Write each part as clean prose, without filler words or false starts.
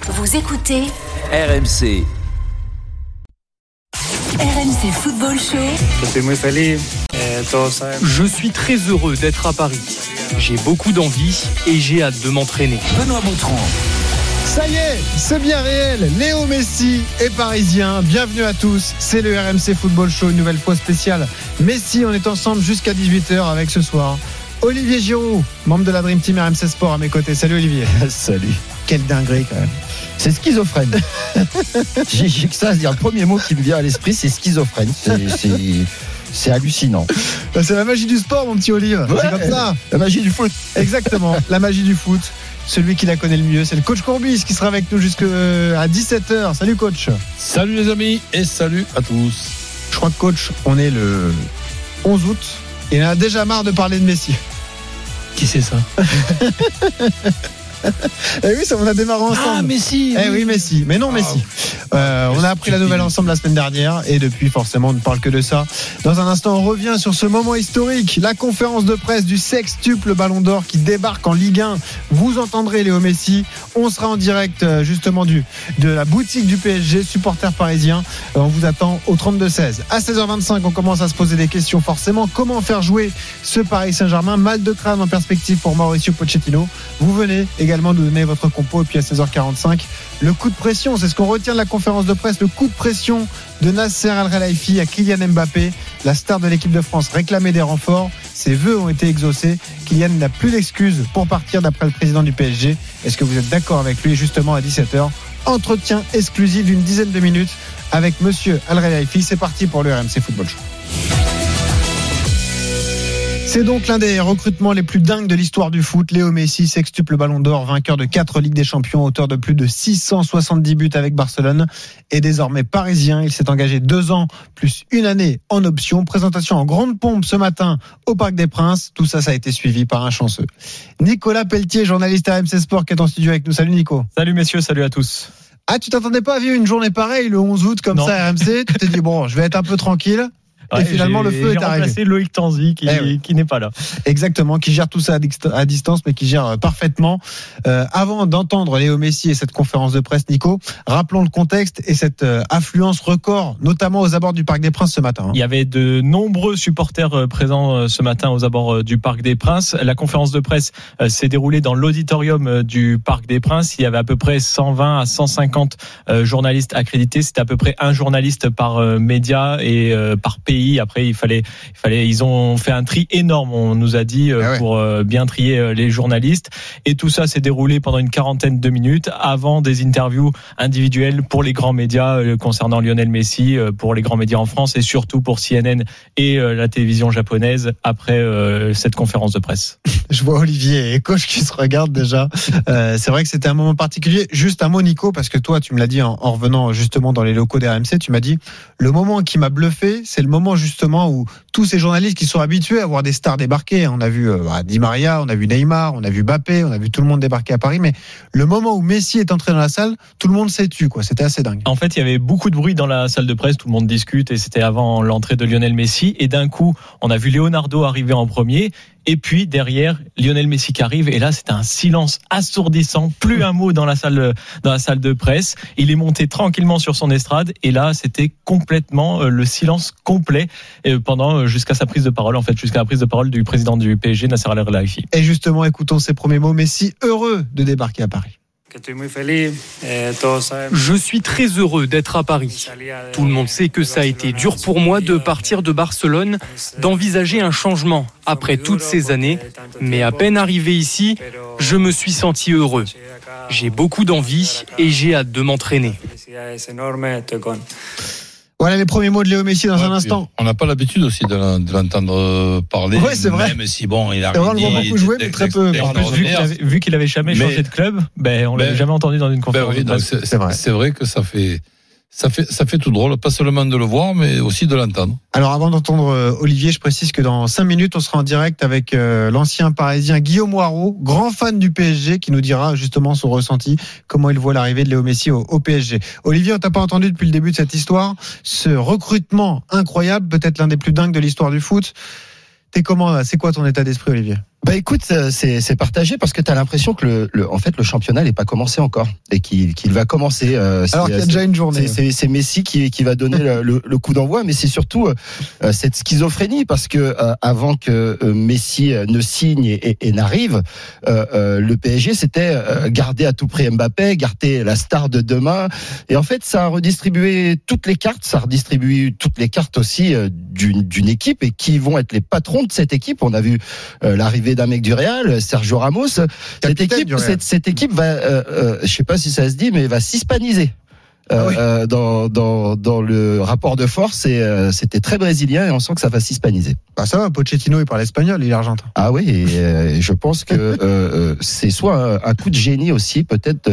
Vous écoutez RMC. RMC Football Show. Je suis très heureux d'être à Paris. J'ai beaucoup d'envie et j'ai hâte de m'entraîner. Benoît Boutron. Ça y est, c'est bien réel. Léo Messi est parisien. Bienvenue à tous. C'est le RMC Football Show, une nouvelle fois spéciale. Messi, on est ensemble jusqu'à 18h avec ce soir Olivier Giroud, membre de la Dream Team RMC Sport à mes côtés. Salut Olivier. Salut. Quelle dinguerie quand même. C'est schizophrène. J'ai que ça à dire. Le premier mot qui me vient à l'esprit, c'est schizophrène. C'est hallucinant. C'est la magie du sport, mon petit Olive. Ouais, c'est comme ça. La magie du foot. Exactement, la magie du foot. Celui qui la connaît le mieux, c'est le coach Courbis qui sera avec nous jusqu'à 17h. Salut coach. Salut les amis et salut à tous. Je crois que coach, on est le 11 août et on a déjà marre de parler de Messi. Qui c'est ça? Eh oui, ça, on a démarré ensemble. Ah, Messi. Eh oui, Messi. Mais non, Messi. On a appris la nouvelle ensemble la semaine dernière et depuis, forcément, on ne parle que de ça. Dans un instant, on revient sur ce moment historique, la conférence de presse du sextuple Ballon d'Or qui débarque en Ligue 1. Vous entendrez Léo Messi. On sera en direct, justement, de la boutique du PSG, supporters parisiens. On vous attend au 32-16. À 16h25, on commence à se poser des questions, forcément. Comment faire jouer ce Paris Saint-Germain? Mal de crâne en perspective pour Mauricio Pochettino. Vous venez également de donner votre compo. Et puis à 16h45, le coup de pression, c'est ce qu'on retient de la conférence de presse, le coup de pression de Nasser Al-Khelaifi à Kylian Mbappé, la star de l'équipe de France, réclamait des renforts. Ses vœux ont été exaucés. Kylian n'a plus d'excuses pour partir d'après le président du PSG. Est-ce que vous êtes d'accord avec lui? Justement à 17h, entretien exclusif d'une dizaine de minutes avec monsieur Al-Khelaifi. C'est parti pour le RMC Football Show. C'est donc l'un des recrutements les plus dingues de l'histoire du foot. Léo Messi, sextuple Ballon d'Or, vainqueur de 4 Ligues des Champions, auteur de plus de 670 buts avec Barcelone, est désormais parisien. Il s'est engagé 2 ans plus 1 année en option. Présentation en grande pompe ce matin au Parc des Princes. Tout ça, ça a été suivi par un chanceux. Nicolas Pelletier, journaliste à RMC Sport, qui est en studio avec nous. Salut Nico. Salut messieurs, salut à tous. Ah, tu t'attendais pas à vivre une journée pareille le 11 août comme ça à RMC? Tu t'es dit, bon, je vais être un peu tranquille. Et finalement, le feu est arrivé. J'ai remplacé Loïc Tanzi qui n'est pas là. Exactement, qui gère tout ça à distance, mais qui gère parfaitement. Avant d'entendre Léo Messi et cette conférence de presse, Nico, rappelons le contexte et cette affluence record, notamment aux abords du Parc des Princes ce matin. Il y avait de nombreux supporters présents ce matin aux abords du Parc des Princes. La conférence de presse s'est déroulée dans l'auditorium du Parc des Princes. Il y avait à peu près 120 à 150 journalistes accrédités. C'était à peu près un journaliste par média et par pays. Après, ils ont fait un tri énorme, on nous a dit, pour bien trier les journalistes. Et tout ça s'est déroulé pendant une quarantaine de minutes avant des interviews individuelles pour les grands médias concernant Lionel Messi, pour les grands médias en France et surtout pour CNN et la télévision japonaise après cette conférence de presse. Je vois Olivier et coach qui se regardent déjà. C'est vrai que c'était un moment particulier. Juste un mot, Nico, parce que toi, tu me l'as dit en revenant justement dans les locaux d'RMC, tu m'as dit le moment qui m'a bluffé, c'est le moment justement où tous ces journalistes qui sont habitués à voir des stars débarquer, on a vu Di Maria, on a vu Neymar, on a vu Mbappé, on a vu tout le monde débarquer à Paris, mais le moment où Messi est entré dans la salle, tout le monde s'est tu, quoi. C'était assez dingue. En fait, il y avait beaucoup de bruit dans la salle de presse, tout le monde discute et c'était avant l'entrée de Lionel Messi et d'un coup, on a vu Leonardo arriver en premier. Et puis derrière Lionel Messi qui arrive et là c'était un silence assourdissant, plus un mot dans la salle de presse. Il est monté tranquillement sur son estrade et là c'était complètement le silence complet pendant jusqu'à sa prise de parole, en fait jusqu'à la prise de parole du président du PSG Nasser Al-Khelaifi. Et justement écoutons ses premiers mots. Messi heureux de débarquer à Paris. Je suis très heureux d'être à Paris. Tout le monde sait que ça a été dur pour moi de partir de Barcelone, d'envisager un changement après toutes ces années. Mais à peine arrivé ici, je me suis senti heureux. J'ai beaucoup d'envie et j'ai hâte de m'entraîner. Voilà les premiers mots de Léo Messi dans un instant. On n'a pas l'habitude aussi de l'entendre parler. Ouais, c'est vrai. Même si bon, il a on le voit beaucoup jouer, mais très peu. Vu qu'il avait jamais changé de club, on l'avait jamais entendu dans une conférence. C'est vrai que ça fait tout drôle, pas seulement de le voir, mais aussi de l'entendre. Alors avant d'entendre Olivier, je précise que dans 5 minutes, on sera en direct avec l'ancien parisien Guillaume Moirot, grand fan du PSG, qui nous dira justement son ressenti, comment il voit l'arrivée de Léo Messi au PSG. Olivier, on t'a pas entendu depuis le début de cette histoire, ce recrutement incroyable, peut-être l'un des plus dingues de l'histoire du foot. T'es comment là? C'est quoi ton état d'esprit, Olivier? Bah écoute, c'est partagé parce que tu as l'impression que en fait le championnat n'est pas commencé encore et qu'il va commencer. Alors qu'il y a déjà une journée. C'est Messi qui va donner le coup d'envoi, mais c'est surtout cette schizophrénie parce que avant que Messi ne signe et n'arrive, le PSG s'était gardé à tout prix Mbappé, gardé la star de demain, et en fait ça a redistribué toutes les cartes, ça redistribue toutes les cartes aussi d'une équipe et qui vont être les patrons de cette équipe. On a vu l'arrivée d'un mec du Real, Sergio Ramos. Cette équipe va, je sais pas si ça se dit, mais va s'hispaniser. Dans le rapport de force, et c'était très brésilien et on sent que ça va s'hispaniser. Bah ça va, Pochettino il parle espagnol, il est argentin. Ah oui, et je pense que c'est soit un coup de génie aussi peut-être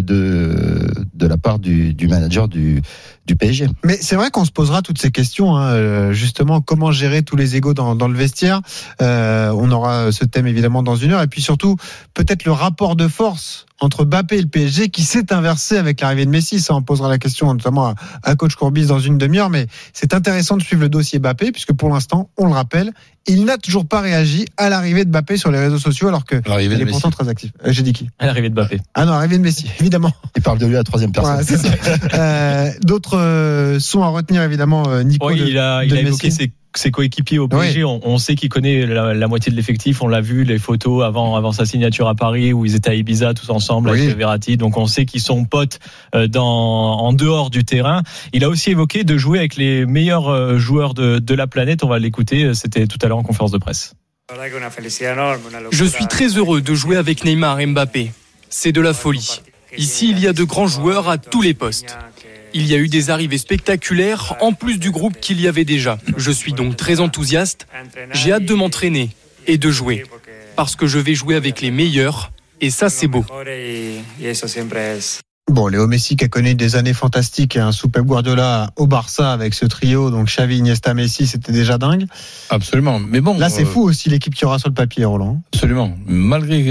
de la part du manager du PSG. Mais c'est vrai qu'on se posera toutes ces questions, justement, comment gérer tous les égos dans le vestiaire. On aura ce thème évidemment dans une heure, et puis surtout peut-être le rapport de force entre Mbappé et le PSG qui s'est inversé avec l'arrivée de Messi. Ça, on posera la question notamment à coach Courbis dans une demi-heure, mais c'est intéressant de suivre le dossier Mbappé puisque pour l'instant, on le rappelle, il n'a toujours pas réagi à l'arrivée de Mbappé sur les réseaux sociaux alors que il est pourtant très actif. J'ai dit qui ? À l'arrivée de Mbappé. Ah non, l'arrivée de Messi, évidemment. Il parle de lui à la troisième personne. Ouais, c'est ça. D'autres sons à retenir évidemment, Nico. Oui, il a évoqué ses coéquipiers au PSG. Oui. On sait qu'il connaît la moitié de l'effectif. On l'a vu, les photos avant sa signature à Paris où ils étaient à Ibiza tous ensemble avec Verratti. Donc on sait qu'ils sont potes en dehors du terrain. Il a aussi évoqué de jouer avec les meilleurs joueurs de la planète. On va l'écouter. C'était tout à l'heure en conférence de presse. Je suis très heureux de jouer avec Neymar et Mbappé. C'est de la folie. Ici, il y a de grands joueurs à tous les postes. Il y a eu des arrivées spectaculaires en plus du groupe qu'il y avait déjà. Je suis donc très enthousiaste. J'ai hâte de m'entraîner et de jouer parce que je vais jouer avec les meilleurs et ça c'est beau. Bon, Léo Messi qui a connu des années fantastiques sous Pep Guardiola au Barça avec ce trio, donc Xavi, Iniesta, Messi, c'était déjà dingue. Absolument. Mais bon, là c'est fou aussi l'équipe qui aura sur le papier, Roland. Absolument. Malgré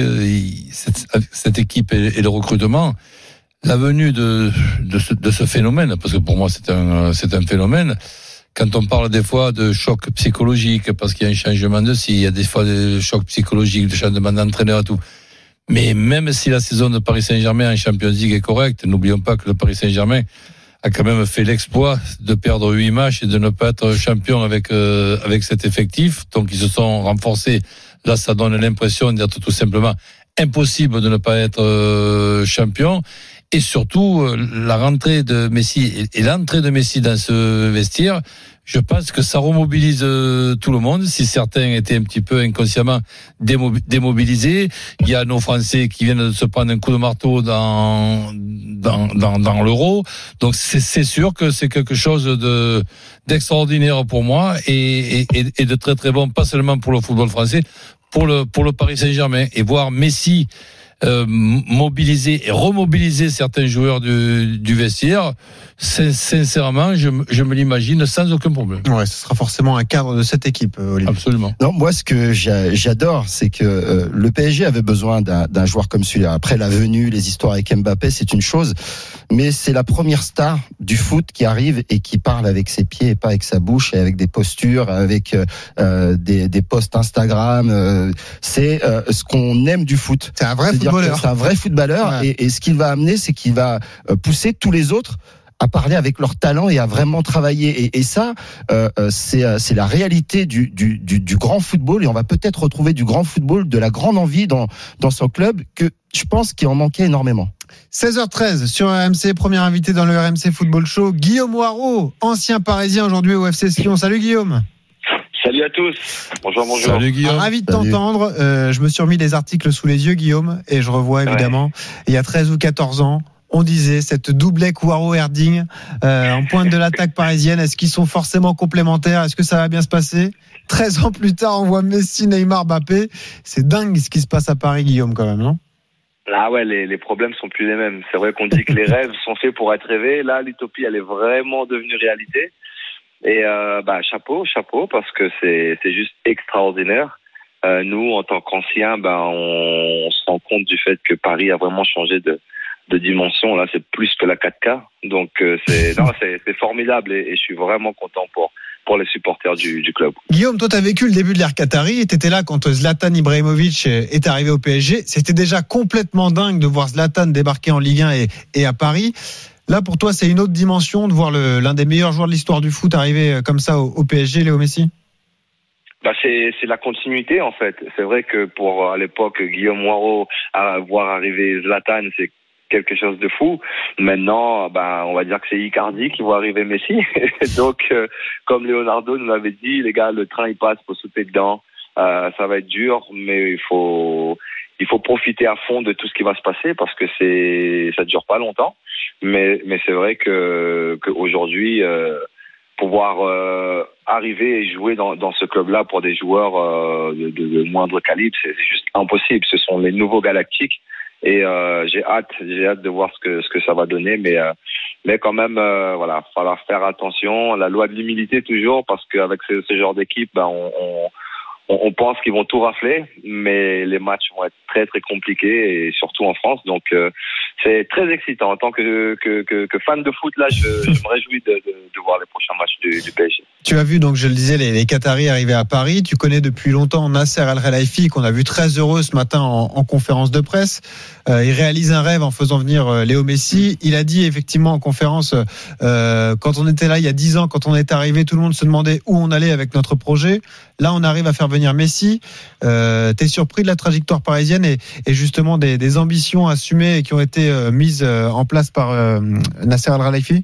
cette équipe et le recrutement, la venue de ce phénomène, parce que pour moi c'est un phénomène. Quand on parle des fois de choc psychologique, parce qu'il y a un changement de il y a des fois des chocs psychologiques, de changement d'entraîneur et tout. Mais même si la saison de Paris Saint-Germain en Champions League est correcte, n'oublions pas que le Paris Saint-Germain a quand même fait l'exploit de perdre 8 matchs et de ne pas être champion avec cet effectif. Donc ils se sont renforcés. Là, ça donne l'impression d'être tout simplement impossible de ne pas être champion. Et surtout, la rentrée de Messi et l'entrée de Messi dans ce vestiaire, je pense que ça remobilise tout le monde. Si certains étaient un petit peu inconsciemment démobilisés, il y a nos Français qui viennent de se prendre un coup de marteau dans l'Euro. Donc c'est sûr que c'est quelque chose d'extraordinaire pour moi et de très très bon, pas seulement pour le football français, pour le Paris Saint-Germain. Et voir Messi mobiliser et remobiliser certains joueurs du vestiaire, sincèrement, je me l'imagine sans aucun problème. Ouais, ce sera forcément un cadre de cette équipe, Olivier. Absolument. Non, moi, ce que j'adore, c'est que le PSG avait besoin d'un joueur comme celui-là. Après la venue, les histoires avec Mbappé, c'est une chose, mais c'est la première star du foot qui arrive et qui parle avec ses pieds et pas avec sa bouche, et avec des postures, avec des posts Instagram. C'est ce qu'on aime du foot. C'est un vrai footballeur. C'est un vrai footballeur, ouais. Et ce qu'il va amener, c'est qu'il va pousser tous les autres à parler avec leur talent et à vraiment travailler. Et ça, c'est la réalité du grand football. Et on va peut-être retrouver du grand football, de la grande envie dans son club, que je pense qu'il en manquait énormément. 16h13 sur RMC, premier invité dans le RMC Football Show, Guillaume Waro, ancien Parisien aujourd'hui au FC Sion. Salut Guillaume. Salut à tous. Bonjour. Salut Guillaume. Ravi de t'entendre. Je me suis remis les articles sous les yeux, Guillaume, et je revois évidemment, il y a 13 ou 14 ans, on disait cette doublée Waro-Erding en pointe de l'attaque parisienne. Est-ce qu'ils sont forcément complémentaires ? Est-ce que ça va bien se passer ? 13 ans plus tard, on voit Messi, Neymar, Mbappé. C'est dingue ce qui se passe à Paris, Guillaume, quand même, non ? Ah ouais, les problèmes sont plus les mêmes. C'est vrai qu'on dit que les rêves sont faits pour être rêvés. Là, l'utopie, elle est vraiment devenue réalité. Et chapeau, parce que c'est juste extraordinaire. Nous, en tant qu'anciens, on se rend compte du fait que Paris a vraiment changé de dimension. Là, c'est plus que la 4K. Donc c'est formidable et je suis vraiment content pour les supporters du club. Guillaume, toi, tu as vécu le début de l'ère Qatari, tu étais là quand Zlatan Ibrahimovic est arrivé au PSG. C'était déjà complètement dingue de voir Zlatan débarquer en Ligue 1 et à Paris. Là, pour toi, c'est une autre dimension de voir l'un des meilleurs joueurs de l'histoire du foot arriver comme ça au PSG, Léo Messi? C'est la continuité, en fait. C'est vrai que à l'époque, Guillaume Moirot, voir arriver Zlatan, c'est quelque chose de fou. Maintenant, on va dire que c'est Icardi qui voit arriver Messi. Donc, comme Leonardo nous l'avait dit, les gars, le train, il passe, faut sauter dedans. Ça va être dur, mais il faut profiter à fond de tout ce qui va se passer parce que ça dure pas longtemps. Mais c'est vrai qu'aujourd'hui, pouvoir arriver et jouer dans ce club-là pour des joueurs de moindre calibre, c'est juste impossible. Ce sont les nouveaux Galactiques et j'ai hâte de voir ce que ça va donner. Mais quand même, voilà, falloir faire attention. La loi de l'humilité toujours, parce qu'avec ce genre d'équipe, on pense qu'ils vont tout rafler, mais les matchs vont être très très compliqués et surtout en France. Donc c'est très excitant en tant que fan de foot. Là, je me réjouis de voir les prochains matchs du PSG. Tu as vu, donc je le disais, les Qataris arriver à Paris. Tu connais depuis longtemps Nasser Al-Khelaifi, qu'on a vu très heureux ce matin en conférence de presse. Il réalise un rêve en faisant venir Léo Messi. Il a dit effectivement en conférence, quand on était là il y a 10 ans, quand on est arrivé, tout le monde se demandait où on allait avec notre projet. Là, on arrive à faire venir Messi. T'es surpris de la trajectoire parisienne et justement des ambitions assumées et qui ont été mises en place par Nasser Al-Khelaifi?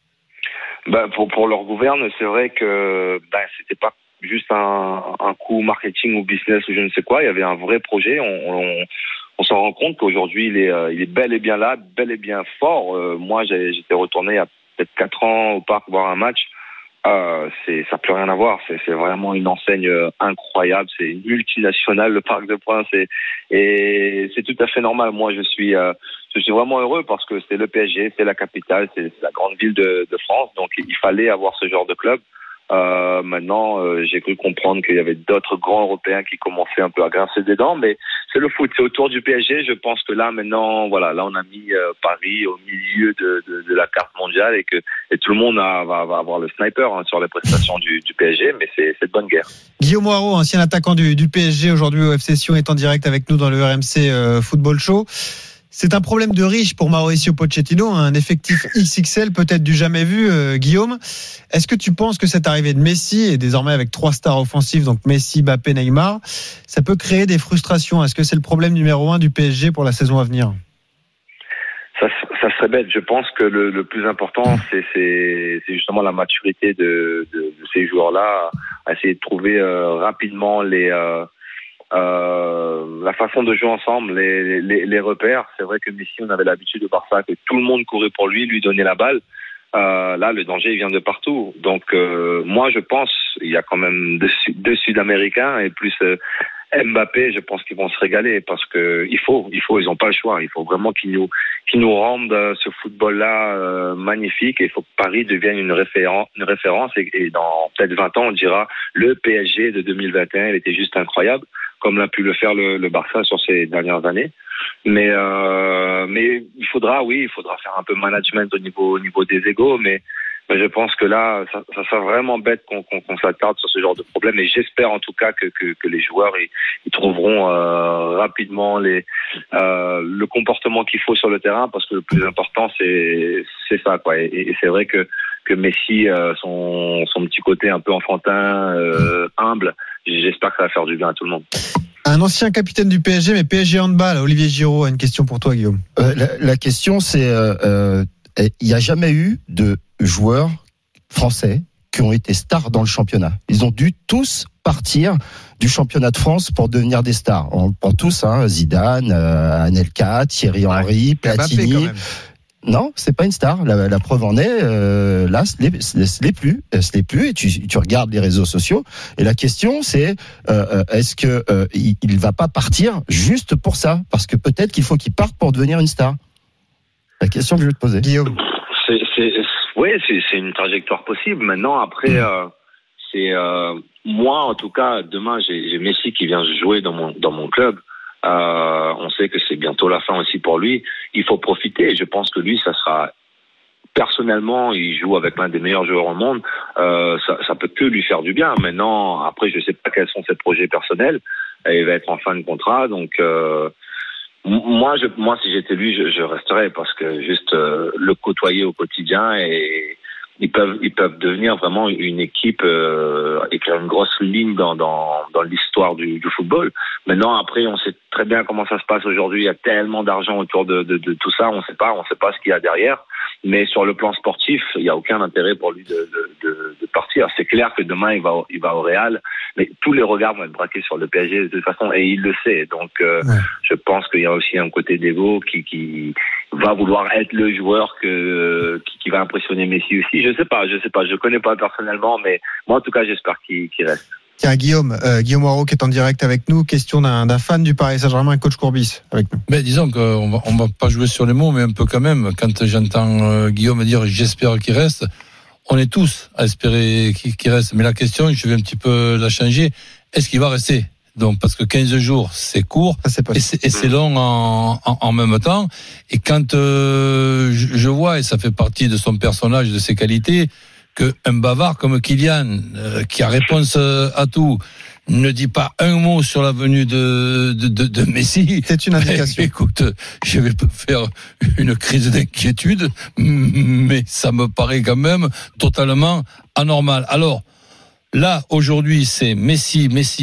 Pour leur gouverne, c'est vrai que c'était pas juste un coup marketing ou business ou je ne sais quoi. Il y avait un vrai projet. On s'en rend compte qu'aujourd'hui, il est bel et bien là, bel et bien fort. Moi, j'étais retourné il y a peut-être 4 ans au parc voir un match. Ça n'a plus rien à voir. C'est vraiment une enseigne incroyable. C'est une multinationale, le Parc des Princes, et c'est tout à fait normal. Moi, je suis vraiment heureux parce que c'est le PSG, c'est la capitale, c'est la grande ville de France. Donc, il fallait avoir ce genre de club. Maintenant, j'ai cru comprendre qu'il y avait d'autres grands Européens qui commençaient un peu à grincer des dents, mais c'est le foot, c'est autour du PSG. Je pense que là, maintenant, voilà, là, on a mis Paris au milieu de la carte mondiale et tout le monde va avoir le sniper sur les prestations du PSG, mais c'est de bonne guerre. Guillaume Moirot, ancien attaquant du PSG, aujourd'hui au FC Sion, est en direct avec nous dans le RMC Football Show. C'est un problème de riche pour Mauricio Pochettino, un effectif XXL peut-être du jamais vu, Guillaume. Est-ce que tu penses que cette arrivée de Messi, et désormais avec 3 stars offensives, donc Messi, Mbappé, Neymar, ça peut créer des frustrations? Est-ce que c'est le problème numéro 1 du PSG pour la saison à venir? Ça serait bête. Je pense que le plus important, c'est justement la maturité de ces joueurs-là, à essayer de trouver rapidement la façon de jouer ensemble, les repères. C'est vrai que Messi, on avait l'habitude au Barça que tout le monde courait pour lui donnait la balle. Là, le danger, il vient de partout. Donc, moi, je pense, il y a quand même deux Sud-Américains et plus Mbappé, je pense qu'ils vont se régaler parce que ils n'ont pas le choix. Il faut vraiment qu'ils nous rendent ce football-là magnifique. Et il faut que Paris devienne une référence et dans peut-être 20 ans, on dira le PSG de 2021, il était juste incroyable, comme l'a pu le faire le Barça sur ces dernières années. Mais il faudra faire un peu management au niveau des égos, mais je pense que là, ça serait vraiment bête qu'on s'attarde sur ce genre de problème. Et j'espère en tout cas que les joueurs ils trouveront rapidement le comportement qu'il faut sur le terrain, parce que le plus important c'est ça, quoi. Et c'est vrai que Messi, son petit côté un peu enfantin, humble, j'espère que ça va faire du bien à tout le monde. Un ancien capitaine du PSG, mais PSG handball, Olivier Giroud a une question pour toi, Guillaume. La question, c'est il n'y a jamais eu de joueurs français qui ont été stars dans le championnat. Ils ont dû tous partir du championnat de France pour devenir des stars. On prend tous, Zidane, Anelka, Thierry Henry, Platini. Non, c'est pas une star. La preuve en est, là, ce n'est plus. Et tu regardes les réseaux sociaux. Et la question, c'est est-ce que il va pas partir juste pour ça? Parce que peut-être qu'il faut qu'il parte pour devenir une star. La question que je vais te poser, Guillaume. C'est une trajectoire possible. Maintenant, après, c'est moi, en tout cas, demain, j'ai Messi qui vient jouer dans mon club. On sait que c'est bientôt la fin aussi pour lui. Il faut profiter. Et je pense que lui, ça sera personnellement, il joue avec l'un des meilleurs joueurs au monde. Ça peut que lui faire du bien. Maintenant, après, je sais pas quels sont ses projets personnels. Il va être en fin de contrat, donc moi, si j'étais lui, je resterais parce que juste le côtoyer au quotidien et ils peuvent devenir vraiment une équipe écrire une grosse ligne dans l'histoire du football. Maintenant, après, on sait très bien comment ça se passe aujourd'hui. Il y a tellement d'argent autour de tout ça, on sait pas ce qu'il y a derrière. Mais sur le plan sportif, il n'y a aucun intérêt pour lui de partir. C'est clair que demain il va au Real, mais tous les regards vont être braqués sur le PSG de toute façon, et il le sait. Donc, je pense qu'il y a aussi un côté d'ego qui va vouloir être le joueur qui va impressionner Messi aussi. Je sais pas, je connais pas personnellement, mais moi en tout cas j'espère qu'il reste. Tiens, Guillaume Moirot qui est en direct avec nous. Question d'un fan du Paris Saint-Germain, coach Courbis, avec nous. Mais disons qu'on va pas jouer sur les mots, mais un peu quand même. Quand j'entends Guillaume dire j'espère qu'il reste, on est tous à espérer qu'il reste. Mais la question, je vais un petit peu la changer. Est-ce qu'il va rester? Donc, parce que 15 jours, c'est court et c'est long en même temps. Et quand je vois, et ça fait partie de son personnage, de ses qualités, qu'un bavard comme Kylian, qui a réponse à tout, ne dit pas un mot sur la venue de Messi. C'est une indication. Écoute, je vais faire une crise d'inquiétude, mais ça me paraît quand même totalement anormal. Alors, là, aujourd'hui, c'est Messi.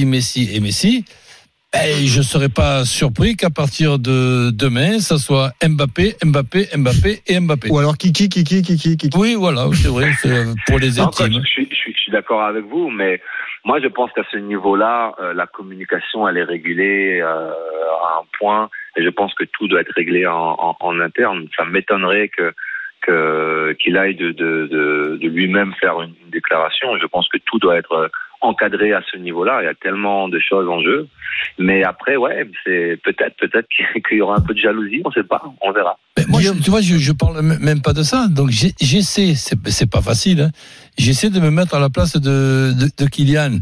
Et je ne serais pas surpris qu'à partir de demain, ça soit Mbappé. Ou alors Kiki. Oui, voilà, c'est vrai, c'est pour les intimes. Je suis d'accord avec vous, mais moi, je pense qu'à ce niveau-là, la communication, elle est régulée à un point, et je pense que tout doit être réglé en interne. Ça m'étonnerait qu'il aille de lui-même faire une déclaration. Je pense que tout doit être encadré à ce niveau-là. Il y a tellement de choses en jeu. Mais après, ouais, c'est peut-être qu'il y aura un peu de jalousie. On ne sait pas. On verra. Mais moi, tu vois, je parle même pas de ça. Donc, j'essaie. C'est pas facile. Hein. J'essaie de me mettre à la place de Kylian.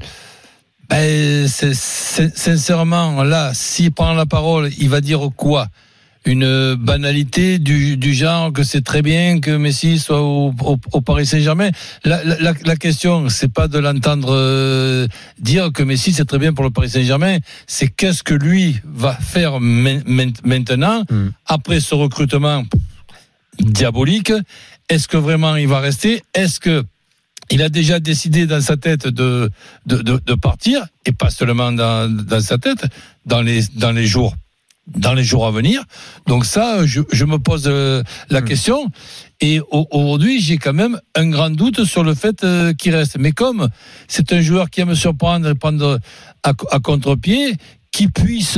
Sincèrement, là, s'il prend la parole, il va dire quoi? Une banalité du genre que c'est très bien que Messi soit au Paris Saint-Germain. La question, c'est pas de l'entendre dire que Messi c'est très bien pour le Paris Saint-Germain, c'est qu'est-ce que lui va faire maintenant après ce recrutement diabolique. Est-ce que vraiment il va rester? Est-ce que il a déjà décidé dans sa tête de partir, et pas seulement dans sa tête, dans les jours à venir. Donc ça, je me pose la question. Et aujourd'hui, j'ai quand même un grand doute sur le fait qu'il reste. Mais comme c'est un joueur qui aime surprendre et prendre à contre-pied, qui puisse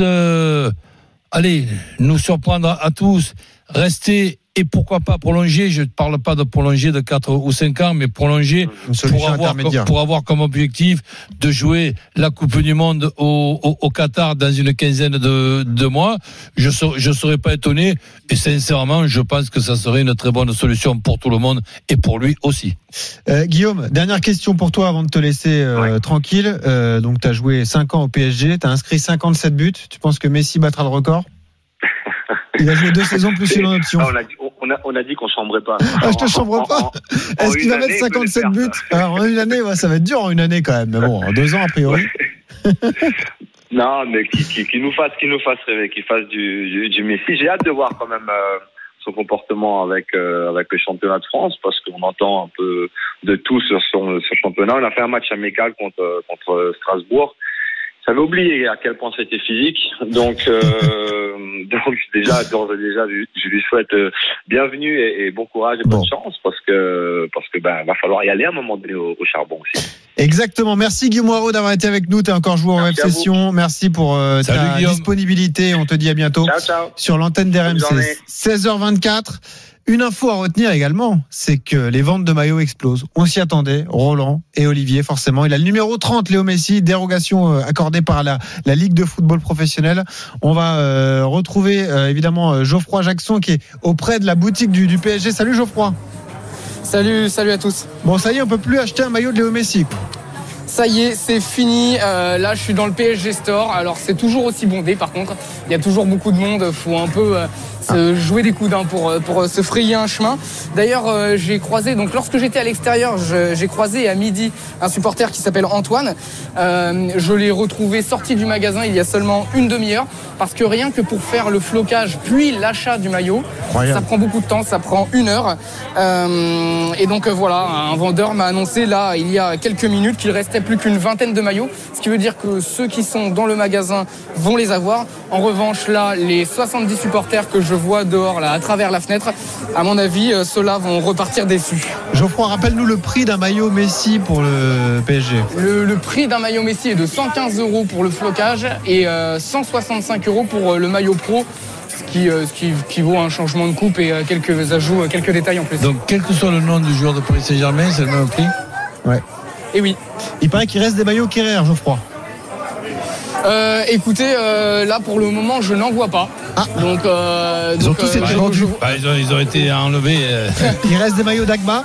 nous surprendre à tous, rester et pourquoi pas prolonger. Je ne parle pas de prolonger de 4 ou 5 ans, mais prolonger pour avoir comme objectif de jouer la Coupe du Monde au Qatar dans une quinzaine de mois. Je serais pas étonné, et sincèrement, je pense que ça serait une très bonne solution pour tout le monde et pour lui aussi. Guillaume, dernière question pour toi avant de te laisser tranquille. Donc, tu as joué 5 ans au PSG, tu as inscrit 57 buts. Tu penses que Messi battra le record? Il a joué 2 saisons plus une option. On a dit qu'on chambrait pas. Je te chambre pas. Est-ce qu'il va mettre 57 buts? Alors, en une année, ça va être dur en une année quand même. Mais bon, en 2 ans a priori. Non, mais qu'il nous fasse rêver, qu'il fasse du Messi. J'ai hâte de voir quand même son comportement avec le championnat de France, parce qu'on entend un peu de tout sur son championnat. On a fait un match amical contre Strasbourg. J'avais oublié à quel point c'était physique, donc déjà, je lui souhaite bienvenue et bon courage et bonne chance, parce que va falloir y aller à un moment donné au charbon aussi. Exactement. Merci Guillaume Moirot d'avoir été avec nous. T'es encore joueur en Web Session. Merci pour ta disponibilité. On te dit à bientôt. Ciao. Sur l'antenne d'RMC. 16h24. Une info à retenir également, c'est que les ventes de maillots explosent. On s'y attendait, Roland et Olivier forcément. Il a le numéro 30, Léo Messi, dérogation accordée par la Ligue de football professionnel. On va retrouver évidemment Geoffroy Jackson qui est auprès de la boutique du PSG. Salut Geoffroy. Salut à tous. Bon, ça y est, on peut plus acheter un maillot de Léo Messi. Ça y est, c'est fini. Là, je suis dans le PSG Store. Alors, c'est toujours aussi bondé. Par contre, il y a toujours beaucoup de monde. Faut un peu jouer des coudes pour se frayer un chemin. D'ailleurs, j'ai croisé, donc lorsque j'étais à l'extérieur, j'ai croisé à midi un supporter qui s'appelle Antoine. Je l'ai retrouvé sorti du magasin il y a seulement une demi-heure, parce que rien que pour faire le flocage puis l'achat du maillot, ça prend beaucoup de temps, ça prend 1 heure. Et donc voilà, un vendeur m'a annoncé là il y a quelques minutes qu'il restait plus qu'une vingtaine de maillots, ce qui veut dire que ceux qui sont dans le magasin vont les avoir. En revanche là, les 70 supporters que je vois dehors là à travers la fenêtre, à mon avis ceux-là vont repartir déçus. Geoffroy, rappelle-nous le prix d'un maillot Messi pour le PSG. Le prix d'un maillot Messi est de 115 € pour le flocage et 165 € pour le maillot pro, ce qui vaut un changement de coupe et quelques ajouts, quelques détails en plus. Donc quel que soit le nom du joueur de Paris Saint-Germain, c'est le même prix ? Ouais. Et oui. Il paraît qu'il reste des maillots Kerrer, Geoffroy. Écoutez, là pour le moment je n'en vois pas. Donc, ils ont tous été vendus. Ils ont été enlevés. Il reste des maillots d'Agba.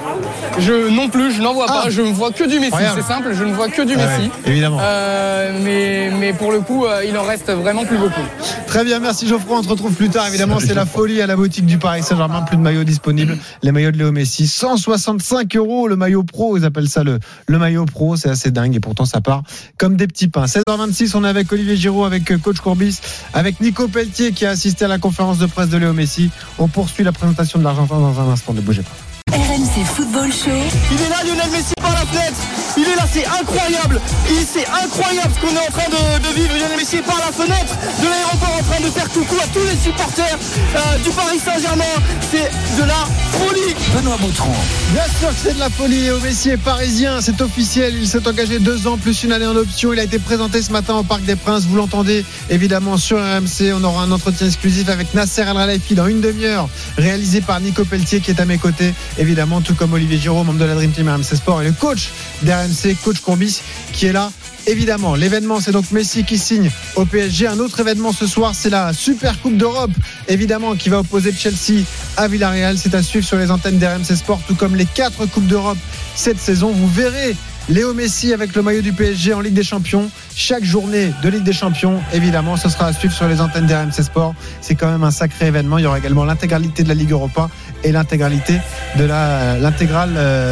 Non plus, je n'en vois pas. Je ne vois que du Messi. C'est simple, je ne vois que du Messi. Évidemment. Mais pour le coup, il en reste vraiment plus beaucoup. Très bien, merci Geoffroy. On te retrouve plus tard. Évidemment, c'est la folie à la boutique du Paris Saint-Germain. Plus de maillots disponibles. Les maillots de Léo Messi, 165 € le maillot pro. Ils appellent ça le maillot pro. C'est assez dingue et pourtant ça part comme des petits pains. 16h26, on est avec Olivier Giroud, avec coach Courbis, avec Nico Pelletier qui a assisté à la conférence de presse de Léo Messi. On poursuit la présentation de l'Argentin dans un instant. Ne bougez pas. RMC Football Show. Il est là, Lionel Messi par la fenêtre. Il est là, c'est incroyable. C'est incroyable ce qu'on est en train de vivre. Lionel Messi est par la fenêtre de l'aéroport en train de faire coucou à tous les supporters du Paris Saint-Germain. C'est de la folie. Benoît Boutron. Bien sûr que c'est de la folie. Léo Messi est parisien, c'est officiel. Il s'est engagé 2 ans plus une année en option. Il a été présenté ce matin au Parc des Princes. Vous l'entendez évidemment sur RMC. On aura un entretien exclusif avec Nasser El Khelaifi dans une demi-heure, réalisé par Nico Pelletier qui est à mes côtés. Évidemment, tout comme Olivier Giroud, membre de la Dream Team RMC Sport, et le coach d'RMC, coach Courbis, qui est là. Évidemment, l'événement, c'est donc Messi qui signe au PSG. Un autre événement ce soir, c'est la Super Coupe d'Europe, évidemment, qui va opposer Chelsea à Villarreal. C'est à suivre sur les antennes d'RMC Sport, tout comme les 4 Coupes d'Europe cette saison. Vous verrez Léo Messi avec le maillot du PSG en Ligue des Champions. Chaque journée de Ligue des Champions, évidemment, ce sera à suivre sur les antennes d'RMC Sport. C'est quand même un sacré événement. Il y aura également l'intégralité de la Ligue Europa et l'intégralité de l'intégrale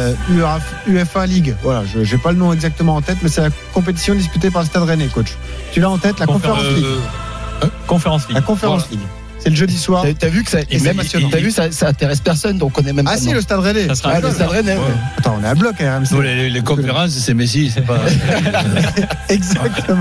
UEFA League. Voilà, je n'ai pas le nom exactement en tête, mais c'est la compétition disputée par le Stade Rennais, coach. Tu l'as en tête, la Conférence League. Conférence League. La Conférence League. C'est le jeudi soir. T'as vu que ça intéresse personne, donc on est même. Ah si, le Stade Rennais. Le Stade Rennais. Ouais. Attends, on est à bloc à RMC. Les conférences, c'est Messi, c'est pas. Exactement.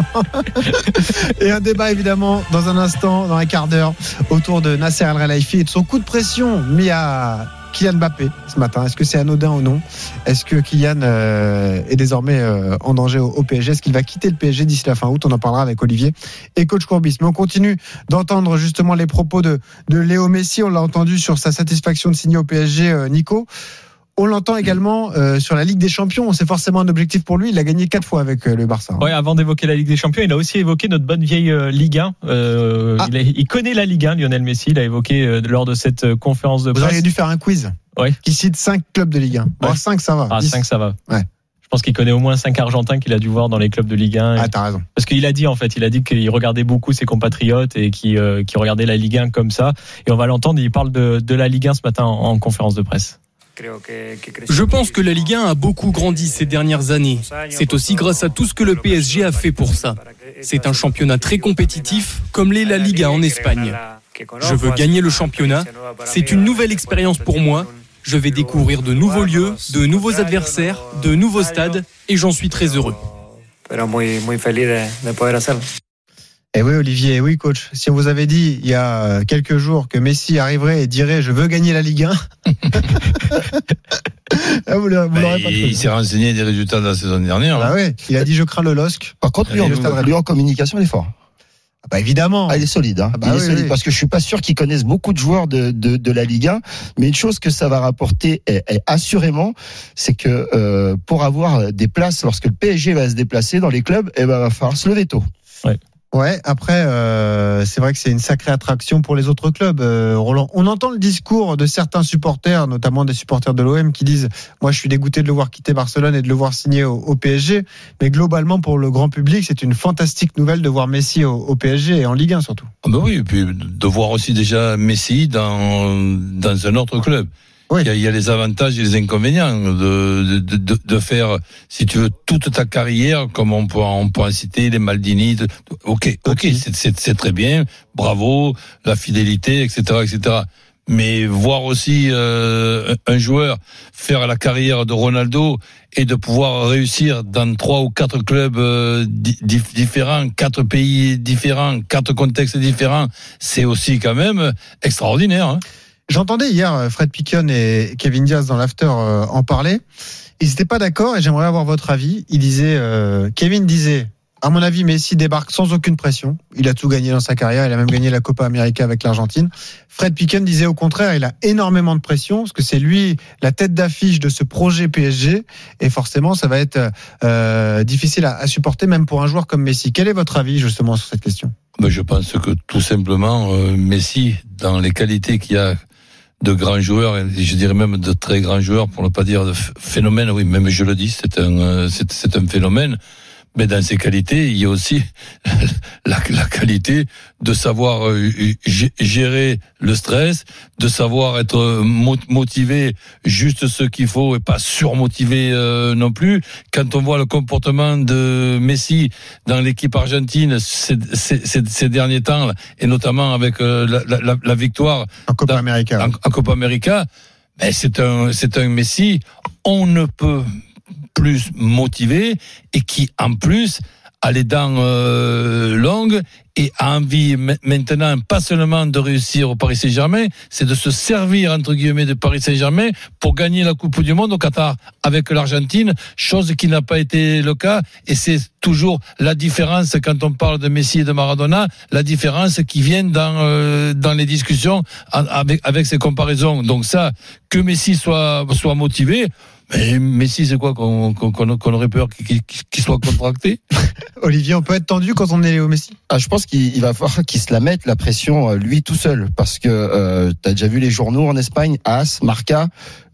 Et un débat évidemment dans un instant, dans un quart d'heure, autour de Nasser El Khelaifi et de son coup de pression mis à Kylian Mbappé ce matin. Est-ce que c'est anodin ou non ? Est-ce que Kylian est désormais en danger au PSG ? Est-ce qu'il va quitter le PSG d'ici la fin août ? On en parlera avec Olivier et coach Courbis. Mais on continue d'entendre justement les propos de Léo Messi. On l'a entendu sur sa satisfaction de signer au PSG, Nico. On l'entend également sur la Ligue des Champions. C'est forcément un objectif pour lui. Il a gagné 4 fois avec le Barça. Ouais, avant d'évoquer la Ligue des Champions, il a aussi évoqué notre bonne vieille Ligue 1. Il connaît la Ligue 1, Lionel Messi. Il a évoqué lors de cette conférence de presse. Vous auriez dû faire un quiz qui cite 5 clubs de Ligue 1. Bon, 5, ça va. 5, ça va. Ouais. Je pense qu'il connaît au moins 5 Argentins qu'il a dû voir dans les clubs de Ligue 1. Ah, t'as raison. Parce qu'il a dit, en fait, qu'il regardait beaucoup ses compatriotes et qui regardait la Ligue 1 comme ça. Et on va l'entendre, il parle de la Ligue 1 ce matin en conférence de presse. Je pense que la Ligue 1 a beaucoup grandi ces dernières années. C'est aussi grâce à tout ce que le PSG a fait pour ça. C'est un championnat très compétitif, comme l'est la Liga en Espagne. Je veux gagner le championnat. C'est une nouvelle expérience pour moi. Je vais découvrir de nouveaux lieux, de nouveaux adversaires, de nouveaux stades, et j'en suis très heureux. Eh oui, Olivier, oui, coach. Si on vous avait dit il y a quelques jours que Messi arriverait et dirait je veux gagner la Ligue 1, vous l'aurez pas cru. Il s'est renseigné des résultats de la saison dernière. Ah ouais, il a dit je crains le LOSC. Par contre, lui en communication, il est fort. Ah bah évidemment. Il est solide. Il est solide parce que je suis pas sûr qu'ils connaissent beaucoup de joueurs de la Ligue 1. Mais une chose que ça va rapporter assurément, c'est que pour avoir des places lorsque le PSG va se déplacer dans les clubs, va falloir se lever tôt. Ouais. Ouais, après, c'est vrai que c'est une sacrée attraction pour les autres clubs. Roland, on entend le discours de certains supporters, notamment des supporters de l'OM, qui disent « Moi, je suis dégoûté de le voir quitter Barcelone et de le voir signer au PSG. » Mais globalement, pour le grand public, c'est une fantastique nouvelle de voir Messi au PSG et en Ligue 1 surtout. Ah ben oui, et puis de voir aussi déjà Messi dans un autre club. Oui. Il y a les avantages et les inconvénients de faire, si tu veux, toute ta carrière, comme on peut en citer les Maldini. Ok, c'est très bien, bravo, la fidélité, etc. Mais voir aussi un joueur faire la carrière de Ronaldo et de pouvoir réussir dans 3 ou 4 clubs différents, 4 pays différents, 4 contextes différents, c'est aussi quand même extraordinaire, hein. J'entendais hier Fred Piquion et Kevin Diaz dans l'after en parler. Ils n'étaient pas d'accord et j'aimerais avoir votre avis. Kevin disait, à mon avis, Messi débarque sans aucune pression. Il a tout gagné dans sa carrière. Il a même gagné la Copa América avec l'Argentine. Fred Piquion disait au contraire, il a énormément de pression parce que c'est lui la tête d'affiche de ce projet PSG et forcément, ça va être difficile à supporter même pour un joueur comme Messi. Quel est votre avis justement sur cette question ? Je pense que tout simplement, Messi, dans les qualités qu'il a de grands joueurs, et je dirais même de très grands joueurs, pour ne pas dire de phénomène, oui, même je le dis, c'est un phénomène. Mais dans ces qualités, il y a aussi la qualité de savoir gérer le stress, de savoir être motivé juste ce qu'il faut et pas surmotivé non plus. Quand on voit le comportement de Messi dans l'équipe argentine ces derniers temps, et notamment avec la victoire en Copa América, en Copa América, ben c'est un Messi, on ne peut plus motivé et qui en plus a les dents longues et a envie maintenant pas seulement de réussir au Paris Saint-Germain, c'est de se servir entre guillemets de Paris Saint-Germain pour gagner la Coupe du Monde au Qatar avec l'Argentine, chose qui n'a pas été le cas, et c'est toujours la différence quand on parle de Messi et de Maradona, la différence qui vient dans les discussions avec ces comparaisons. Donc ça, que Messi soit motivé. Mais Messi, c'est quoi qu'on aurait peur qu'il soit contracté? Olivier, on peut être tendu quand on est Léo Messi? Je pense qu'il va falloir qu'il se la mette, la pression, lui tout seul, parce que t'as déjà vu les journaux en Espagne, AS, Marca,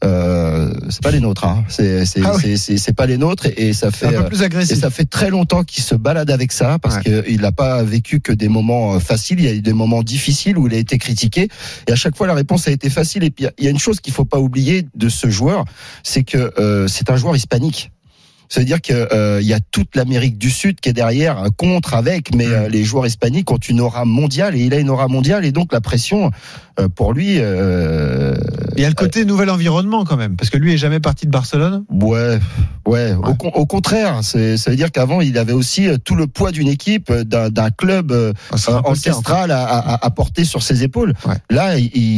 c'est pas les nôtres, hein. C'est pas les nôtres, et ça fait un peu plus agressif. Et ça fait très longtemps qu'il se balade avec ça, parce qu'il n'a pas vécu que des moments faciles. Il y a eu des moments difficiles où il a été critiqué, et à chaque fois la réponse a été facile. Et puis il y a une chose qu'il faut pas oublier de ce joueur, c'est que c'est un joueur hispanique. Ça veut dire que il y a toute l'Amérique du Sud qui est derrière, contre, avec, mais les joueurs hispaniques ont une aura mondiale, et il a une aura mondiale, et donc la pression pour lui. Il y a le côté nouvel environnement quand même, parce que lui est jamais parti de Barcelone. Ouais. Au contraire, ça veut dire qu'avant il avait aussi tout le poids d'une équipe, d'un club ancestral à porter sur ses épaules. Ouais. Là,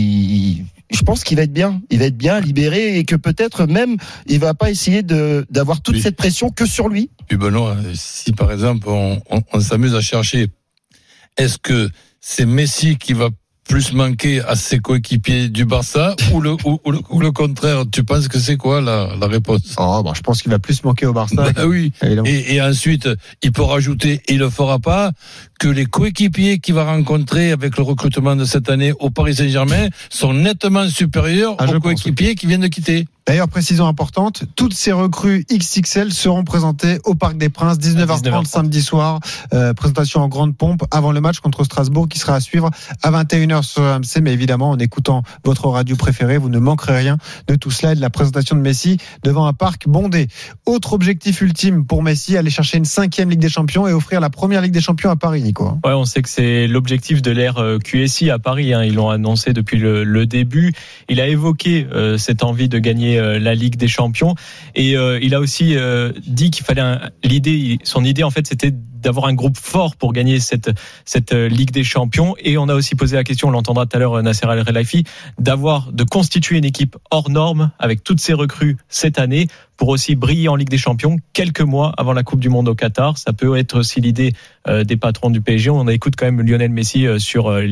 je pense qu'il va être bien. Il va être bien libéré, et que peut-être même il va pas essayer d'avoir toute cette pression que sur lui. Puis Benoît, si par exemple on s'amuse à chercher, est-ce que c'est Messi qui va plus manquer à ses coéquipiers du Barça ou le contraire? Tu penses que c'est quoi la réponse? Je pense qu'il va plus manquer au Barça. Oui. Et ensuite, il peut rajouter, et il le fera pas, que les coéquipiers qu'il va rencontrer avec le recrutement de cette année au Paris Saint-Germain sont nettement supérieurs aux coéquipiers qui viennent de quitter. D'ailleurs, précision importante, toutes ces recrues XXL seront présentées au Parc des Princes, 19h30 samedi soir. Présentation en grande pompe avant le match contre Strasbourg, qui sera à suivre à 21h sur RMC. Mais évidemment, en écoutant votre radio préférée, vous ne manquerez rien de tout cela et de la présentation de Messi devant un parc bondé. Autre objectif ultime pour Messi, aller chercher une 5e Ligue des Champions et offrir la première Ligue des Champions à Paris, Nico. Ouais, on sait que c'est l'objectif de l'ère QSI à Paris, hein. Ils l'ont annoncé depuis le début. Il a évoqué cette envie de gagner la Ligue des Champions, et il a aussi dit qu'il fallait son idée en fait c'était d'avoir un groupe fort pour gagner cette Ligue des Champions, et on a aussi posé la question, on l'entendra tout à l'heure, Nasser Al-Khelaifi, de constituer une équipe hors norme avec toutes ces recrues cette année pour aussi briller en Ligue des Champions quelques mois avant la Coupe du Monde au Qatar. Ça peut être aussi l'idée des patrons du PSG. On écoute quand même Lionel Messi sur la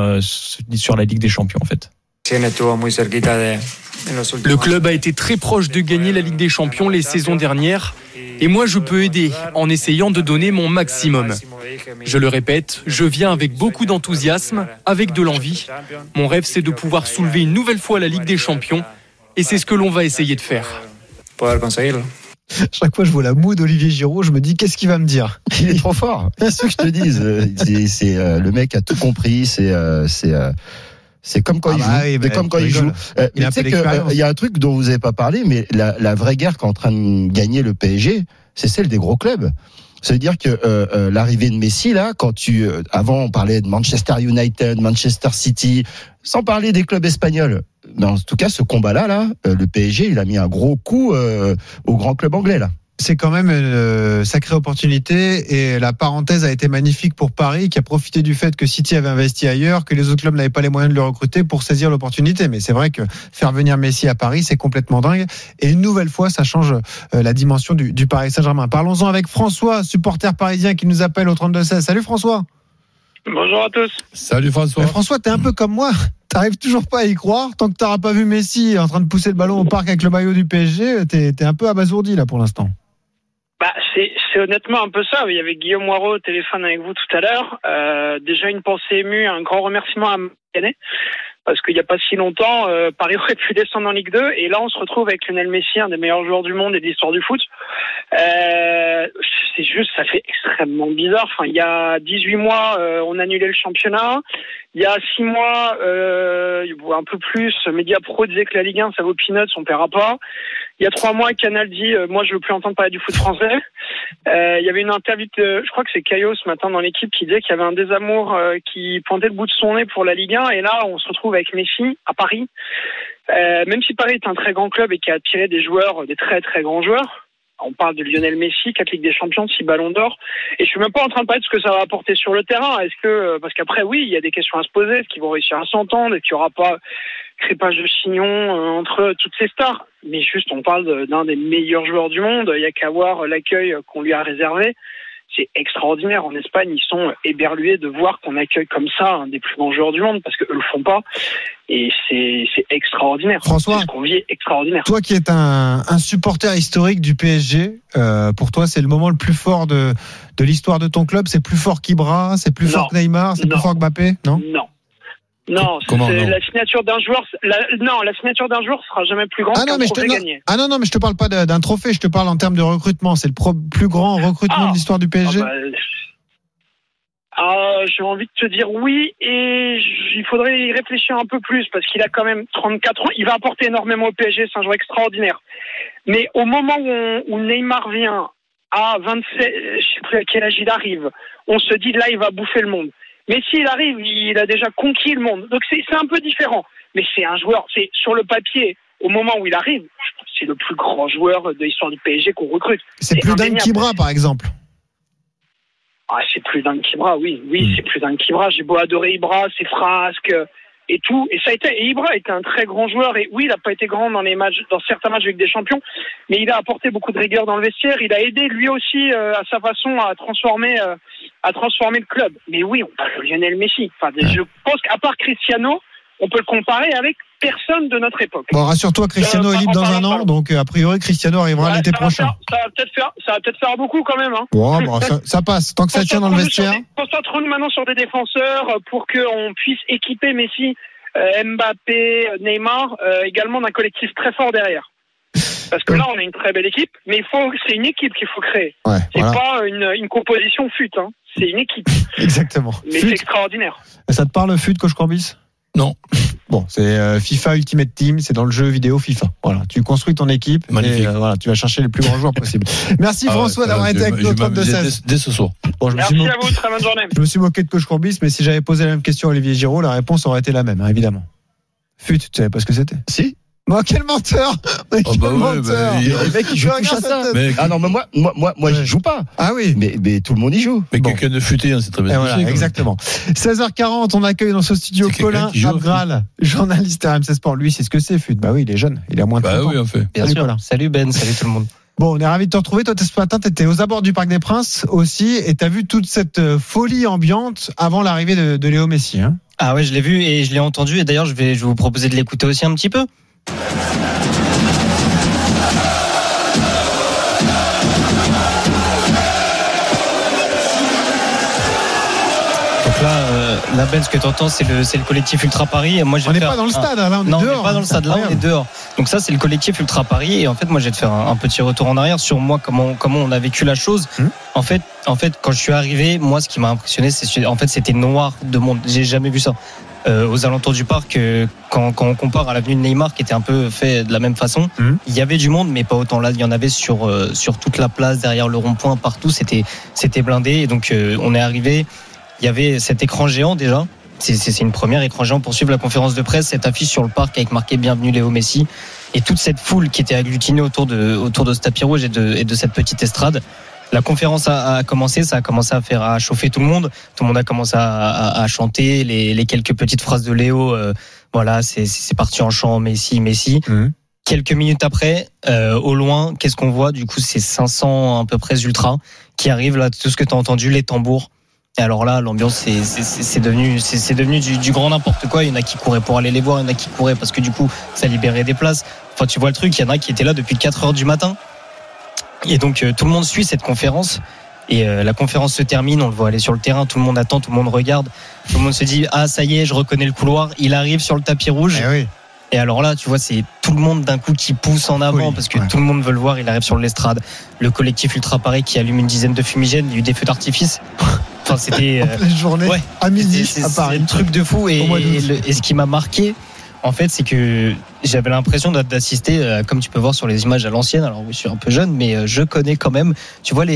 Ligue des Champions en fait. Le club a été très proche de gagner la Ligue des Champions les saisons dernières. Et moi, je peux aider en essayant de donner mon maximum. Je le répète, je viens avec beaucoup d'enthousiasme, avec de l'envie. Mon rêve, c'est de pouvoir soulever une nouvelle fois la Ligue des Champions. Et c'est ce que l'on va essayer de faire. Chaque fois que je vois la moue d'Olivier Giroud, je me dis qu'est-ce qu'il va me dire. Il est trop fort. C'est ce que je te dis. C'est le mec a tout compris. C'est comme quand il joue. Oui, c'est comme quand il joue. Mais tu sais qu'il y a un truc dont vous n'avez pas parlé, mais la vraie guerre qu'est en train de gagner le PSG, c'est celle des gros clubs. Ça veut dire que l'arrivée de Messi là, avant on parlait de Manchester United, Manchester City, sans parler des clubs espagnols. Mais en tout cas, ce combat-là, le PSG, il a mis un gros coup au grand club anglais là. C'est quand même une sacrée opportunité et la parenthèse a été magnifique pour Paris qui a profité du fait que City avait investi ailleurs, que les autres clubs n'avaient pas les moyens de le recruter pour saisir l'opportunité. Mais c'est vrai que faire venir Messi à Paris, c'est complètement dingue. Et une nouvelle fois, ça change la dimension du Paris Saint-Germain. Parlons-en avec François, supporter parisien qui nous appelle au 32-16. Salut François. Bonjour à tous. Salut François. Mais François, t'es un peu comme moi. T'arrives toujours pas à y croire. Tant que t'auras pas vu Messi en train de pousser le ballon au parc avec le maillot du PSG, t'es un peu abasourdi là pour l'instant. C'est honnêtement un peu ça. Il y avait Guillaume Moirot au téléphone avec vous tout à l'heure. Déjà une pensée émue, un grand remerciement à Canet. Parce qu'il n'y a pas si longtemps, Paris aurait pu descendre en Ligue 2. Et là, on se retrouve avec Lionel Messi, un des meilleurs joueurs du monde et de l'histoire du foot. C'est juste, ça fait extrêmement bizarre. Enfin, il y a 18 mois, on annulait le championnat. Il y a 6 mois, un peu plus, Mediapro disait que la Ligue 1, ça vaut peanuts, on ne paiera pas. Il y a 3 mois, Canal dit moi je veux plus entendre parler du foot français. Il y avait une interview je crois que c'est Caillot ce matin dans l'équipe qui disait qu'il y avait un désamour qui pointait le bout de son nez pour la Ligue 1 et là on se retrouve avec Messi à Paris. Même si Paris est un très grand club et qui a attiré des joueurs, des très très grands joueurs. On parle de Lionel Messi, 4 Ligues des Champions, 6 Ballons d'Or. Et je suis même pas en train de parler de ce que ça va apporter sur le terrain. Parce qu'après, oui, il y a des questions à se poser. Est-ce qu'ils vont réussir à s'entendre? Est-ce qu'il n'y aura pas crépage de chignon entre toutes ces stars? Mais juste, on parle d'un des meilleurs joueurs du monde. Il n'y a qu'à voir l'accueil qu'on lui a réservé. C'est extraordinaire. En Espagne, ils sont éberlués de voir qu'on accueille comme ça un des plus grands joueurs du monde parce qu'eux le font pas. Et c'est extraordinaire. François, c'est ce qu'on vit extraordinaire. Toi qui es un supporter historique du PSG, pour toi, c'est le moment le plus fort de l'histoire de ton club. C'est plus fort qu'Ibra, c'est plus fort que Neymar, c'est plus fort que Mbappé, non? Non, la signature d'un joueur. La signature d'un joueur sera jamais plus grande qu'un trophée gagné. Mais je te parle pas d'un trophée. Je te parle en termes de recrutement. C'est le plus grand recrutement de l'histoire du PSG. J'ai envie de te dire oui, et il faudrait y réfléchir un peu plus parce qu'il a quand même 34 ans. Il va apporter énormément au PSG. C'est un joueur extraordinaire. Mais au moment où Neymar vient à 27, je sais plus à quel âge il arrive, on se dit là il va bouffer le monde. Mais s'il arrive, il a déjà conquis le monde. Donc c'est un peu différent. Mais c'est un joueur, c'est sur le papier, au moment où il arrive, c'est le plus grand joueur de l'histoire du PSG qu'on recrute. C'est plus dingue qu'Ibra, par exemple. C'est plus dingue qu'Ibra, oui, c'est plus dingue qu'Ibra. J'ai beau adorer Ibra, ses frasques et tout. Et Ibra était un très grand joueur. Et oui, il n'a pas été grand dans certains matchs avec des champions, mais il a apporté beaucoup de rigueur dans le vestiaire. Il a aidé lui aussi à sa façon à transformer le club. Mais oui, on parle de Lionel Messi. Enfin, je pense qu'à part Cristiano, on peut le comparer avec personne de notre époque. Bon, rassure-toi, Cristiano est libre dans un an, donc a priori Cristiano arrivera l'été prochain. Ça va peut-être faire beaucoup quand même. Hein. Bon, ça passe, tant que ça tient dans le vestiaire. Concentrons-nous maintenant sur des défenseurs pour qu'on puisse équiper Messi, Mbappé, Neymar, également d'un collectif très fort derrière. Parce que là, on a une très belle équipe, mais c'est une équipe qu'il faut créer. Ouais, c'est pas une composition FUT, hein. C'est une équipe. Exactement. Mais c'est extraordinaire. Ça te parle FUT, coach Corbis? Non. Bon, c'est FIFA Ultimate Team, c'est dans le jeu vidéo FIFA. Voilà, tu construis ton équipe. Magnifique. Et tu vas chercher les plus grands joueurs possibles. Merci François d'avoir été avec nous au 32-16. Dès ce soir. Bon, merci à vous, très bonne journée. Je me suis moqué de coach Corbis, mais si j'avais posé la même question à Olivier Giroud, la réponse aurait été la même, hein, évidemment. FUT, tu savais pas ce que c'était? Si. Moi, quel menteur! Menteur! Les mecs, ils jouent tous à ça. Non, mais moi, j'y joue pas. Ah oui. Mais tout le monde y joue. Mais quelqu'un de futé, c'est très bien. Voilà, exactement. 16h40, on accueille dans ce studio Colin Abgral, journaliste à RMC Sport. Lui, c'est ce que c'est, FUT. Bah oui, il est jeune. Il a moins de 30 ans. Bah oui, en fait. Bien sûr. Colin. Salut Ben, salut tout le monde. Bon, on est ravis de te retrouver. Toi, ce matin, tu étais aux abords du Parc des Princes aussi, et tu as vu toute cette folie ambiante avant l'arrivée de Léo Messi. Hein. Ah ouais, je l'ai vu et je l'ai entendu. Et d'ailleurs, je vais vous proposer de l'écouter aussi un petit peu. Là, Ben, ce que tu entends, c'est le collectif Ultra Paris. Et moi, on n'est pas dans le stade, là, on est dehors. Non, on n'est pas dans le stade, là, on est dehors. Donc ça, c'est le collectif Ultra Paris. Et en fait, moi, je vais te faire un petit retour en arrière sur moi, comment on a vécu la chose. En fait, quand je suis arrivé, moi, ce qui m'a impressionné, c'était noir de monde. J'ai jamais vu ça. Aux alentours du parc, quand on compare à l'avenue de Neymar, qui était un peu fait de la même façon, il y avait du monde, mais pas autant. Là, il y en avait sur toute la place, derrière le rond-point, partout. C'était blindé. Et donc, on est arrivé. Il y avait cet écran géant déjà. C'est une première écran géant pour suivre la conférence de presse. Cette affiche sur le parc avec marqué Bienvenue Léo Messi. Et toute cette foule qui était agglutinée autour de ce tapis rouge et de cette petite estrade. La conférence a commencé, ça a commencé à chauffer tout le monde. Tout le monde a commencé à chanter les quelques petites phrases de Léo. Voilà, c'est parti en chant Messi. Quelques minutes après, au loin, qu'est-ce qu'on voit ? Du coup, c'est 500 à peu près ultras qui arrivent là. Tout ce que tu as entendu, les tambours. Et alors là, l'ambiance, c'est devenu du grand n'importe quoi. Il y en a qui couraient pour aller les voir, il y en a qui couraient parce que du coup, ça libérait des places. Enfin, tu vois le truc, il y en a qui étaient là depuis 4h du matin. Et donc, tout le monde suit cette conférence. Et la conférence se termine, on le voit aller sur le terrain, tout le monde attend, tout le monde regarde. Tout le monde se dit, ah, ça y est, je reconnais le couloir. Il arrive sur le tapis rouge. Oui. Et alors là, tu vois, c'est tout le monde d'un coup qui pousse en avant parce que tout le monde veut le voir. Il arrive sur l'estrade. Le collectif Ultra Paris qui allume une dizaine de fumigènes. Il y a eu des feux d'artifice. Enfin, c'était la journée à midi à Paris. C'est un truc de fou. Et ce qui m'a marqué, en fait, c'est que j'avais l'impression d'assister, comme tu peux voir sur les images à l'ancienne. Alors, je suis un peu jeune, mais je connais quand même. Tu vois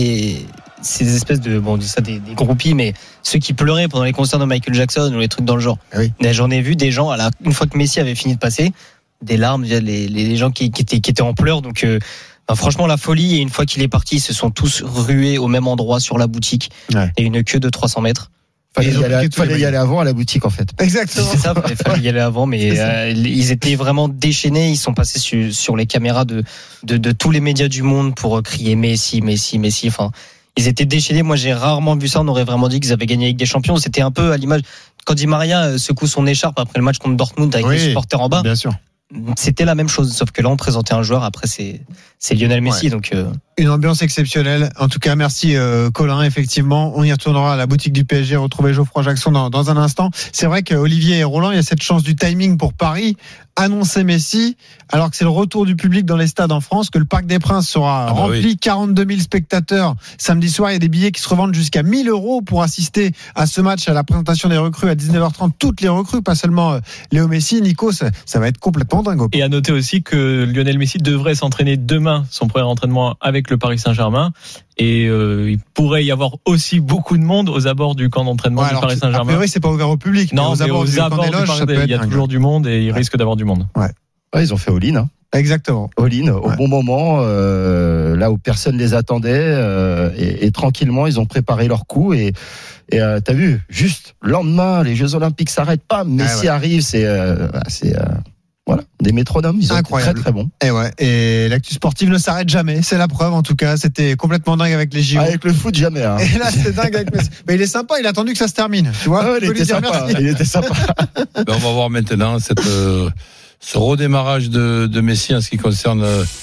ces espèces de des groupies, mais ceux qui pleuraient pendant les concerts de Michael Jackson ou les trucs dans le genre. Oui. J'en ai vu des gens une fois que Messi avait fini de passer, des larmes, les gens qui étaient en pleurs. Donc franchement, la folie. Et une fois qu'il est parti, ils se sont tous rués au même endroit sur la boutique. Et une queue de 300 mètres. Fallait y aller avant à la boutique, en fait. Exactement. C'est ça, fallait y aller avant, mais ils étaient vraiment déchaînés. Ils sont passés sur les caméras de tous les médias du monde pour crier Messi. Enfin, ils étaient déchaînés. Moi, j'ai rarement vu ça. On aurait vraiment dit qu'ils avaient gagné avec des champions. C'était un peu à l'image quand Di Maria secoue son écharpe après le match contre Dortmund avec les supporters en bas. Bien sûr. C'était la même chose, sauf que là, on présentait un joueur. Après, c'est Lionel Messi, donc. Une ambiance exceptionnelle. En tout cas, merci Colin. Effectivement, on y retournera à la boutique du PSG, retrouver Geoffroy Jackson dans un instant. C'est vrai qu'Olivier et Roland, il y a cette chance du timing pour Paris, annoncer Messi, alors que c'est le retour du public dans les stades en France, que le Parc des Princes sera rempli, 42 000 spectateurs. Samedi soir, il y a des billets qui se revendent jusqu'à 1 000 € pour assister à ce match, à la présentation des recrues à 19h30. Toutes les recrues, pas seulement Léo Messi. Nico, ça va être complètement dingue. Et à noter aussi que Lionel Messi devrait s'entraîner demain, son premier entraînement avec le Paris Saint-Germain. Et il pourrait y avoir aussi beaucoup de monde aux abords du camp d'entraînement du Paris Saint-Germain. A priori, c'est pas ouvert au public. Non, mais aux abords du camp des loges, il y a toujours du monde et il risque d'avoir du monde. Ils ont fait all-in. Hein. Exactement. All-in au bon moment, là où personne les attendait, et tranquillement, ils ont préparé leur coup. Et t'as vu, juste lendemain, les Jeux Olympiques s'arrêtent pas. Messi arrive, c'est voilà, des métronomes, ils ont été très très bons. Et l'actu sportive ne s'arrête jamais, c'est la preuve en tout cas. C'était complètement dingue avec les JO. Avec le foot, jamais. Hein. Et là, c'est dingue avec Messi. Mais il est sympa, il a attendu que ça se termine. Tu vois, il était sympa. On va voir maintenant ce redémarrage de Messi en ce qui concerne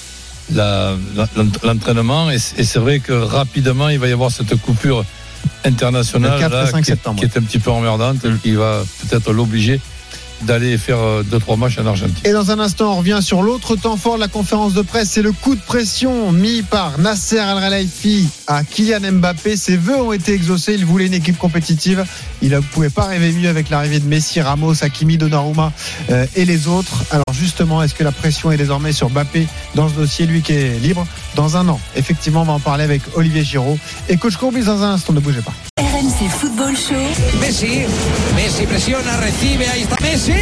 l'entraînement. Et c'est vrai que rapidement, il va y avoir cette coupure internationale qui est un petit peu emmerdante, qui va peut-être l'obliger d'aller faire 2-3 matchs en Argentine. Et dans un instant, on revient sur l'autre temps fort de la conférence de presse. C'est le coup de pression mis par Nasser Al-Khelaifi à Kylian Mbappé. Ses vœux ont été exaucés. Il voulait une équipe compétitive. Il ne pouvait pas rêver mieux avec l'arrivée de Messi, Ramos, Hakimi, Donnarumma et les autres. Alors justement, est-ce que la pression est désormais sur Mbappé dans ce dossier, lui qui est libre dans un an? Effectivement, on va en parler avec Olivier Giraud et coach Courbis dans un instant. Ne bougez pas. RMC Football Show. Messi presiona, recibe, ahí está Messi.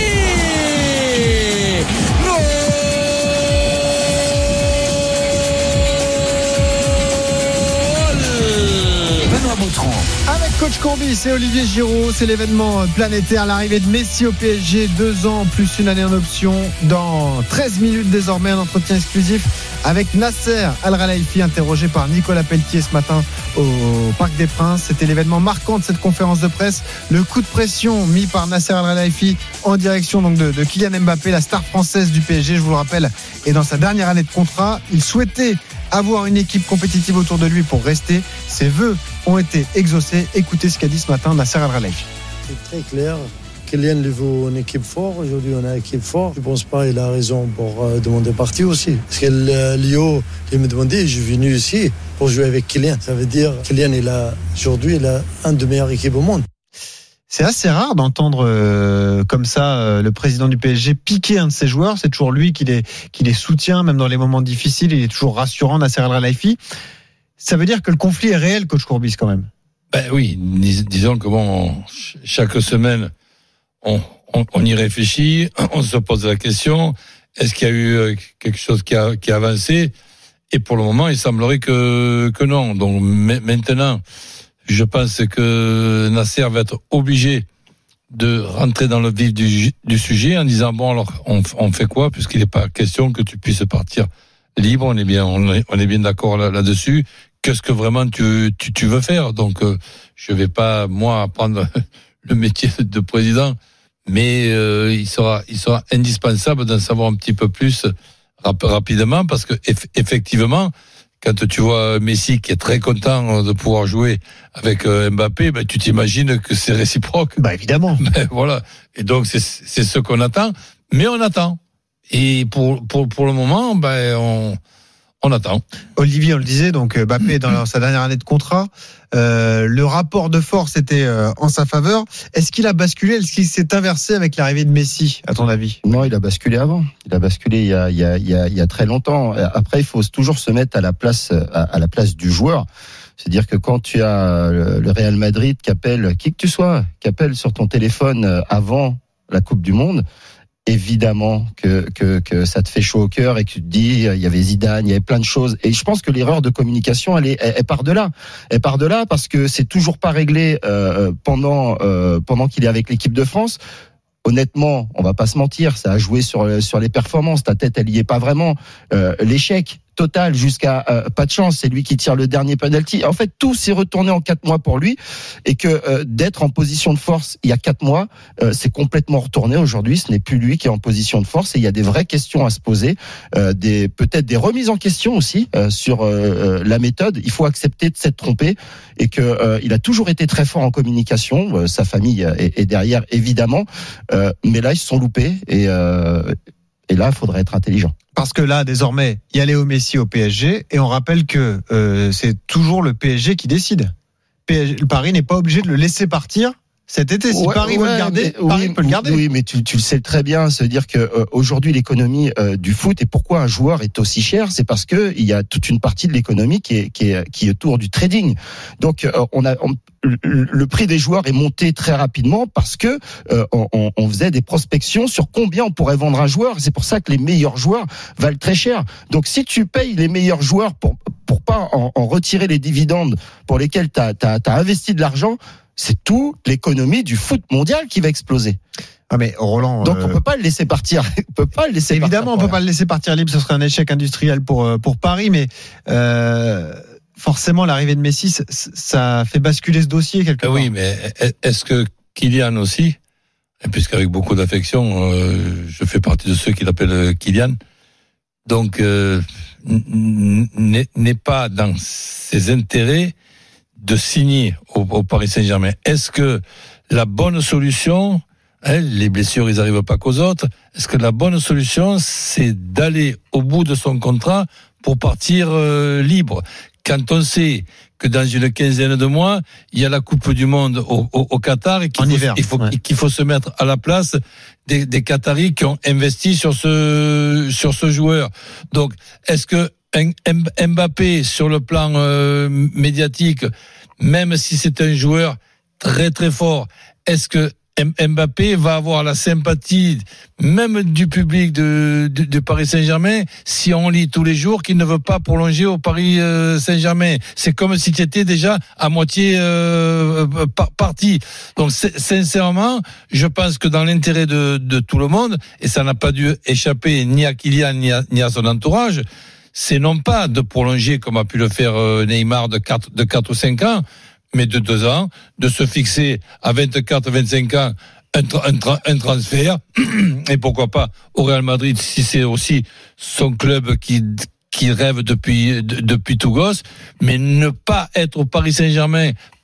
Avec coach Courbis et Olivier Giraud, c'est l'événement planétaire, l'arrivée de Messi au PSG, 2 ans plus une année en option. Dans 13 minutes désormais, un entretien exclusif avec Nasser Al-Khelaifi, interrogé par Nicolas Pelletier ce matin au Parc des Princes. C'était l'événement marquant de cette conférence de presse, le coup de pression mis par Nasser Al-Khelaifi en direction donc de Kylian Mbappé, la star française du PSG, je vous le rappelle, et dans sa dernière année de contrat, il souhaitait avoir une équipe compétitive autour de lui pour rester. Ses vœux ont été exaucés. Écoutez ce qu'a dit ce matin Nasser Al-Khelaifi. C'est très clair. Kylian il veut une équipe forte. Aujourd'hui, on a une équipe forte. Je ne pense pas qu'il a raison pour demander partir aussi. Parce que Lio, il me demandait, je suis venu ici pour jouer avec Kylian. Ça veut dire Kylian, aujourd'hui, il a une des meilleures équipes au monde. C'est assez rare d'entendre comme ça le président du PSG piquer un de ses joueurs. C'est toujours lui qui les soutient, même dans les moments difficiles. Il est toujours rassurant, Nasser El-Khelaifi. Ça veut dire que le conflit est réel, coach Courbis, quand même. Ben oui, disons que chaque semaine, on y réfléchit, on se pose la question, est-ce qu'il y a eu quelque chose qui a avancé? Et pour le moment, il semblerait que non. Donc maintenant, je pense que Nasser va être obligé de rentrer dans le vif du sujet en disant bon alors on fait quoi, puisqu'il n'est pas question que tu puisses partir libre. On est bien d'accord là-dessus. Qu'est-ce que vraiment tu veux faire? Donc je vais pas moi prendre le métier de président, mais il sera indispensable d'en savoir un petit peu plus rapidement, parce que effectivement, quand tu vois Messi qui est très content de pouvoir jouer avec Mbappé, ben tu t'imagines que c'est réciproque. Bah évidemment. Ben voilà. Et donc c'est ce qu'on attend, mais on attend. Et pour le moment, ben on attend. Olivier, on le disait, donc Mbappé dans sa dernière année de contrat, le rapport de force était en sa faveur. Est-ce qu'il a basculé? Est-ce qu'il s'est inversé avec l'arrivée de Messi, à ton avis? Non, il a basculé avant. Il a basculé il y a très longtemps. Après, il faut toujours se mettre à la place du joueur. C'est-à-dire que quand tu as le Real Madrid qui appelle qui que tu sois, qui appelle sur ton téléphone avant la Coupe du Monde, évidemment que ça te fait chaud au cœur et que tu te dis il y avait Zidane, il y avait plein de choses, et je pense que l'erreur de communication elle part de là parce que c'est toujours pas réglé pendant qu'il est avec l'équipe de France. Honnêtement, on va pas se mentir, ça a joué sur les performances. Ta tête, elle y est pas vraiment. L'échec total jusqu'à pas de chance, c'est lui qui tire le dernier penalty. En fait, tout s'est retourné en 4 mois pour lui, et que d'être en position de force il y a 4 mois, c'est complètement retourné aujourd'hui. Ce n'est plus lui qui est en position de force, et il y a des vraies questions à se poser, peut-être des remises en question aussi sur la méthode. Il faut accepter de s'être trompé, et que il a toujours été très fort en communication. Sa famille est derrière évidemment, mais là ils se sont loupés, et là il faudrait être intelligent. Parce que là, désormais, il y a Léo Messi au PSG, et on rappelle que c'est toujours le PSG qui décide. Paris n'est pas obligé de le laisser partir cet été. Si Paris veut le garder, Paris peut le garder. Oui, mais tu le sais très bien. C'est-à-dire que aujourd'hui, l'économie du foot, et pourquoi un joueur est aussi cher, c'est parce que il y a toute une partie de l'économie qui est autour du trading. Donc, le prix des joueurs est monté très rapidement parce que on faisait des prospections sur combien on pourrait vendre un joueur. C'est pour ça que les meilleurs joueurs valent très cher. Donc, si tu payes les meilleurs joueurs pour pas en retirer les dividendes pour lesquels t'as investi de l'argent, c'est tout l'économie du foot mondial qui va exploser. Ah mais Roland, donc on peut pas le laisser partir. Évidemment, on peut pas le laisser partir libre. Ce serait un échec industriel pour Paris, mais forcément l'arrivée de Messi, ça fait basculer ce dossier quelque part. Oui, mais est-ce que Kylian aussi, et puisqu'avec beaucoup d'affection, je fais partie de ceux qui l'appellent Kylian, donc n'est pas dans ses intérêts de signer au Paris Saint-Germain. Est-ce que la bonne solution, les blessures, ils n'arrivent pas qu'aux autres, est-ce que la bonne solution, c'est d'aller au bout de son contrat pour partir libre? Quand on sait que dans une quinzaine de mois, il y a la Coupe du Monde au Qatar, et qu'il faut se mettre à la place des Qataris qui ont investi sur ce joueur. Donc, est-ce que Mbappé, sur le plan médiatique, même si c'est un joueur très très fort, est-ce que Mbappé va avoir la sympathie même du public de Paris Saint-Germain si on lit tous les jours qu'il ne veut pas prolonger au Paris Saint-Germain? C'est comme si tu étais déjà à moitié parti. Donc sincèrement, je pense que dans l'intérêt de tout le monde, et ça n'a pas dû échapper ni à Kylian ni à son entourage, c'est non pas de prolonger comme a pu le faire Neymar de 4 ou 5 ans, mais de 2 ans, de se fixer à 24-25 ans un transfert, et pourquoi pas au Real Madrid, si c'est aussi son club qui rêve depuis tout gosse, mais ne pas être au Paris Saint-Germain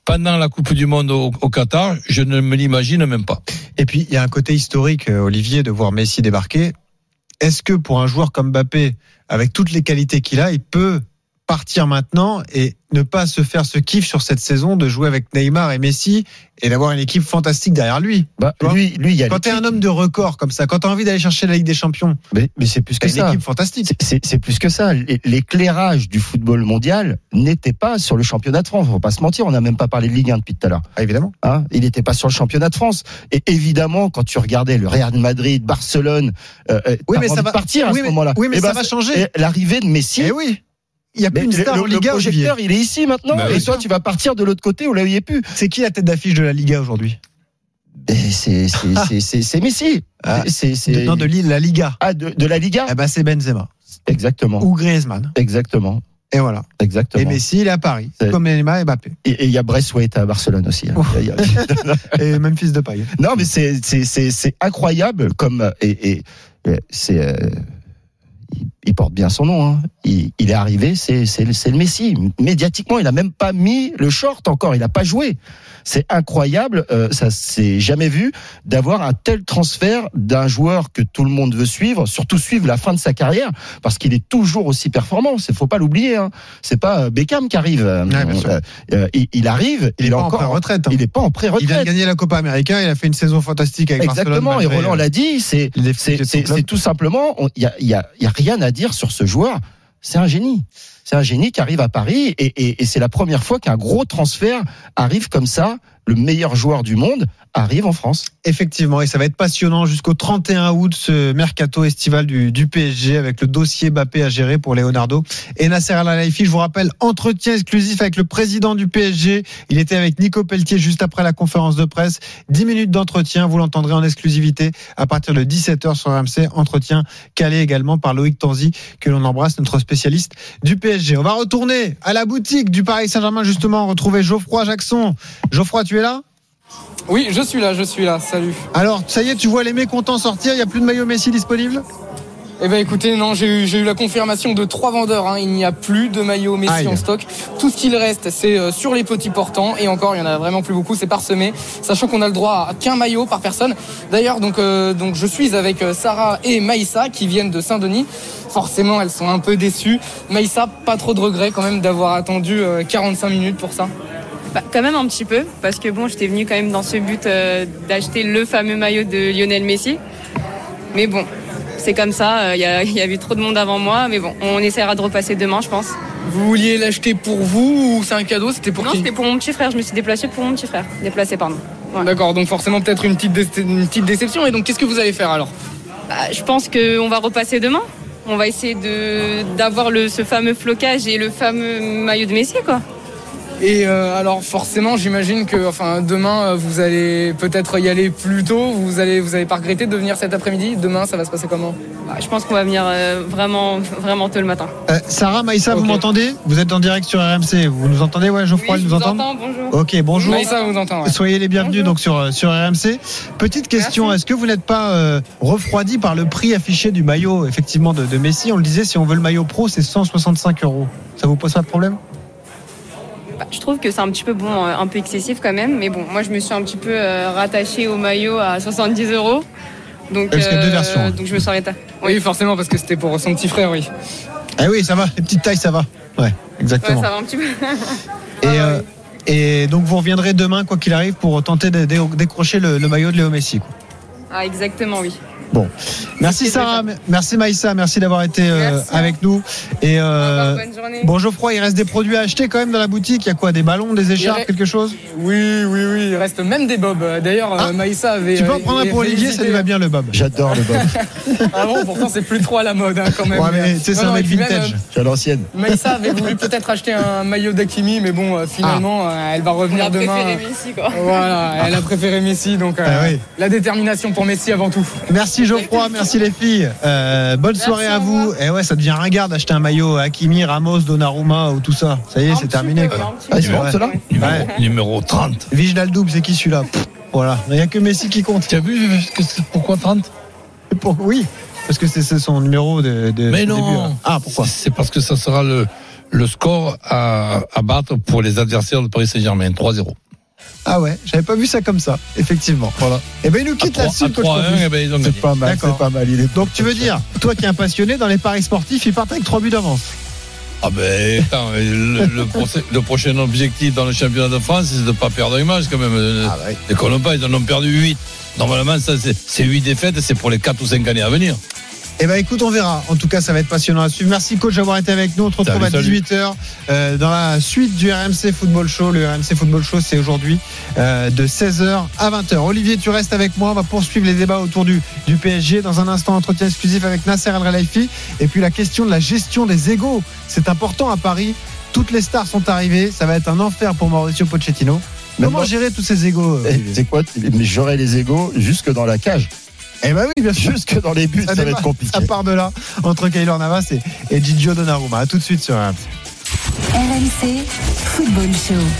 pendant la Coupe du Monde au Qatar, je ne me l'imagine même pas. Et puis, il y a un côté historique, Olivier, de voir Messi débarquer. Est-ce que pour un joueur comme Mbappé, avec toutes les qualités qu'il a, il peut partir maintenant et ne pas se faire ce kiff sur cette saison de jouer avec Neymar et Messi et d'avoir une équipe fantastique derrière lui? Lui, il y a quand t'es un homme de record comme ça, quand t'as envie d'aller chercher la Ligue des Champions, mais c'est plus que ça. Une équipe fantastique. C'est plus que ça. L'éclairage du football mondial n'était pas sur le championnat de France. Faut pas se mentir. On n'a même pas parlé de Ligue 1 depuis tout à l'heure. Ah, évidemment. Il n'était pas sur le championnat de France. Et évidemment, quand tu regardais le Real Madrid, Barcelone, oui, mais ça va partir à ce moment-là. Oui, mais ça va changer. L'arrivée de Messi. Eh oui. Il n'y a plus une star en Liga. Le projecteur, il est ici maintenant. Et toi, tu vas partir de l'autre côté où là, il n'y est plus. C'est qui la tête d'affiche de la Liga aujourd'hui? C'est Messi. Non, de la Liga. De la Liga. C'est Benzema. Exactement. Ou Griezmann. Exactement. Et voilà. Exactement. Et Messi, il est à Paris. Comme Neymar et Mbappé. Et il y a Braithwaite à Barcelone aussi. Et même fils de paille. Non, mais c'est incroyable comme il porte bien son nom. Il est arrivé, c'est le Messi. Médiatiquement, il n'a même pas mis le short encore. Il n'a pas joué. C'est incroyable. Ça s'est jamais vu d'avoir un tel transfert d'un joueur que tout le monde veut suivre, surtout suivre la fin de sa carrière, parce qu'il est toujours aussi performant. Faut pas l'oublier. C'est pas Beckham qui arrive. Il arrive. Il est pas en pré-retraite. Il est pas en pré-retraite. Il vient de gagner la Copa América. Il a fait une saison fantastique avec Barcelone. Exactement. Et Roland l'a dit. C'est tout simplement. Il y a rien à dire sur ce joueur. C'est un génie. C'est un génie qui arrive à Paris et c'est la première fois qu'un gros transfert arrive comme ça. Le meilleur joueur du monde arrive en France. Effectivement, et ça va être passionnant jusqu'au 31 août, ce mercato estival du PSG avec le dossier Mbappé à gérer pour Leonardo et Nasser Al-Khelaifi. Je vous rappelle, entretien exclusif avec le président du PSG. Il était avec Nico Pelletier juste après la conférence de presse. 10 minutes d'entretien, vous l'entendrez en exclusivité à partir de 17h sur RMC. Entretien calé également par Loïc Tanzi, que l'on embrasse, notre spécialiste du PSG. On va retourner à la boutique du Paris Saint-Germain justement, retrouver Geoffroy Jackson. Geoffroy, tu es là? Oui, je suis là, salut. Alors, ça y est, tu vois les mécontents sortir, il n'y a plus de maillot Messi disponible? Eh ben écoutez, non, j'ai eu la confirmation de 3 vendeurs, il n'y a plus de maillot Messi en stock. Tout ce qu'il reste, c'est sur les petits portants, et encore, il y en a vraiment plus beaucoup, c'est parsemé, sachant qu'on a le droit à qu'un maillot par personne. D'ailleurs, donc je suis avec Sarah et Maïssa qui viennent de Saint-Denis. Forcément, elles sont un peu déçues. Maïssa, pas trop de regrets quand même d'avoir attendu 45 minutes pour ça. Quand même un petit peu, parce que j'étais venue quand même dans ce but d'acheter le fameux maillot de Lionel Messi. Mais bon, c'est comme ça, il y a eu trop de monde avant moi, mais bon, on essaiera de repasser demain, je pense. Vous vouliez l'acheter pour vous ou c'est un cadeau? C'était pour qui? Non, c'était pour mon petit frère, je me suis déplacée pour mon petit frère. Ouais. D'accord, donc forcément peut-être une petite déception, et donc qu'est-ce que vous allez faire alors? Je pense qu'on va repasser demain. On va essayer d'avoir ce fameux flocage et le fameux maillot de Messi, quoi. Et alors forcément, j'imagine que demain vous allez peut-être y aller plus tôt. Vous allez pas regretter de venir cet après-midi. Demain, ça va se passer comment? Je pense qu'on va venir vraiment tôt le matin. Sarah, Maïssa, vous m'entendez? Vous êtes en direct sur RMC. Vous nous entendez? Ouais, Geoffroy, oui, nous entend? Bonjour. Ok, bonjour. Maïssa vous entend. Ouais. Soyez les bienvenus donc sur RMC. Petite question, Merci. est-ce que vous n'êtes pas refroidi par le prix affiché du maillot effectivement de Messi? On le disait, si on veut le maillot pro, c'est 165 €. Ça vous pose pas de problème? Je trouve que c'est un petit peu un peu excessif quand même, mais bon, moi je me suis un petit peu rattachée au maillot à 70 €. Donc, parce qu'il y a deux versions. Donc je me suis arrêtée. Oui, forcément, parce que c'était pour son petit frère, oui. Eh oui, ça va, les petites tailles, ça va. Ouais, exactement. Ouais, ça va un petit peu. Et donc vous reviendrez demain, quoi qu'il arrive, pour tenter de décrocher le maillot de Léo Messi, quoi. Ah, exactement, oui. Bon, merci Sarah, merci Maïssa, merci d'avoir été avec nous. Et bonne journée. Bon, Geoffroy, il reste des produits à acheter quand même dans la boutique. Il y a quoi, des ballons, des écharpes, quelque chose? Oui, il reste même des bobs. D'ailleurs, Maïssa avait. Tu peux en prendre un pour Olivier, ça lui va bien le bob. J'adore le bob. Ah bon, pourtant c'est plus trop à la mode quand même. Ouais, mais c'est un mec vintage. J'ai l'ancienne. Maïssa avait voulu peut-être acheter un maillot d'Hakimi, mais bon, finalement, elle va revenir demain. Elle a préféré Messi, quoi. Voilà, elle a préféré Messi, donc la détermination pour Messi avant tout. Merci Geoffroy, merci les filles. Bonne soirée à vous. Et ouais, ça devient ringard d'acheter un maillot Hakimi, Ramos, Donnarumma ou tout ça. Ça y est, c'est terminé, quoi. Ah, c'est bon, cela? Numéro 30. Wijnaldum, c'est qui celui-là? Voilà, il n'y a que Messi qui compte. Tu as vu pourquoi 30? Oui, parce que c'est son numéro de mais non début. Ah, pourquoi? C'est parce que ça sera le score à battre pour les adversaires de Paris Saint-Germain, 3-0. Ah ouais, j'avais pas vu ça comme ça, effectivement. Voilà. Et ben il nous quitte là-dessus, coach. 3-1, ben ils ont gagné. C'est pas mal, D'accord. c'est pas mal. Donc tu veux dire, toi qui es un passionné, dans les paris sportifs, ils partent avec 3 buts d'avance. Ah ben, attends, le prochain objectif dans le championnat de France, c'est de ne pas perdre un match quand même. Déconnons pas, ils en ont perdu 8. Normalement, ça, c'est 8 défaites, c'est pour les 4 ou 5 années à venir. Eh ben écoute, on verra. En tout cas, ça va être passionnant à suivre. Merci coach d'avoir été avec nous. On te retrouve à 18h dans la suite du RMC Football Show. Le RMC Football Show, c'est aujourd'hui de 16h à 20h. Olivier, tu restes avec moi. On va poursuivre les débats autour du PSG. Dans un instant, entretien exclusif avec Nasser El Khelaifi. Et puis la question de la gestion des égos. C'est important à Paris. Toutes les stars sont arrivées. Ça va être un enfer pour Mauricio Pochettino. Comment gérer tous ces égos C'est quoi? Mais j'aurai les égos jusque dans la cage. Eh ben oui, bien sûr. Jusque dans les buts, ça va être compliqué. Ça part de là, entre Keylor Navas et Gigio Donnarumma. À tout de suite sur RMC. RMC Football Show.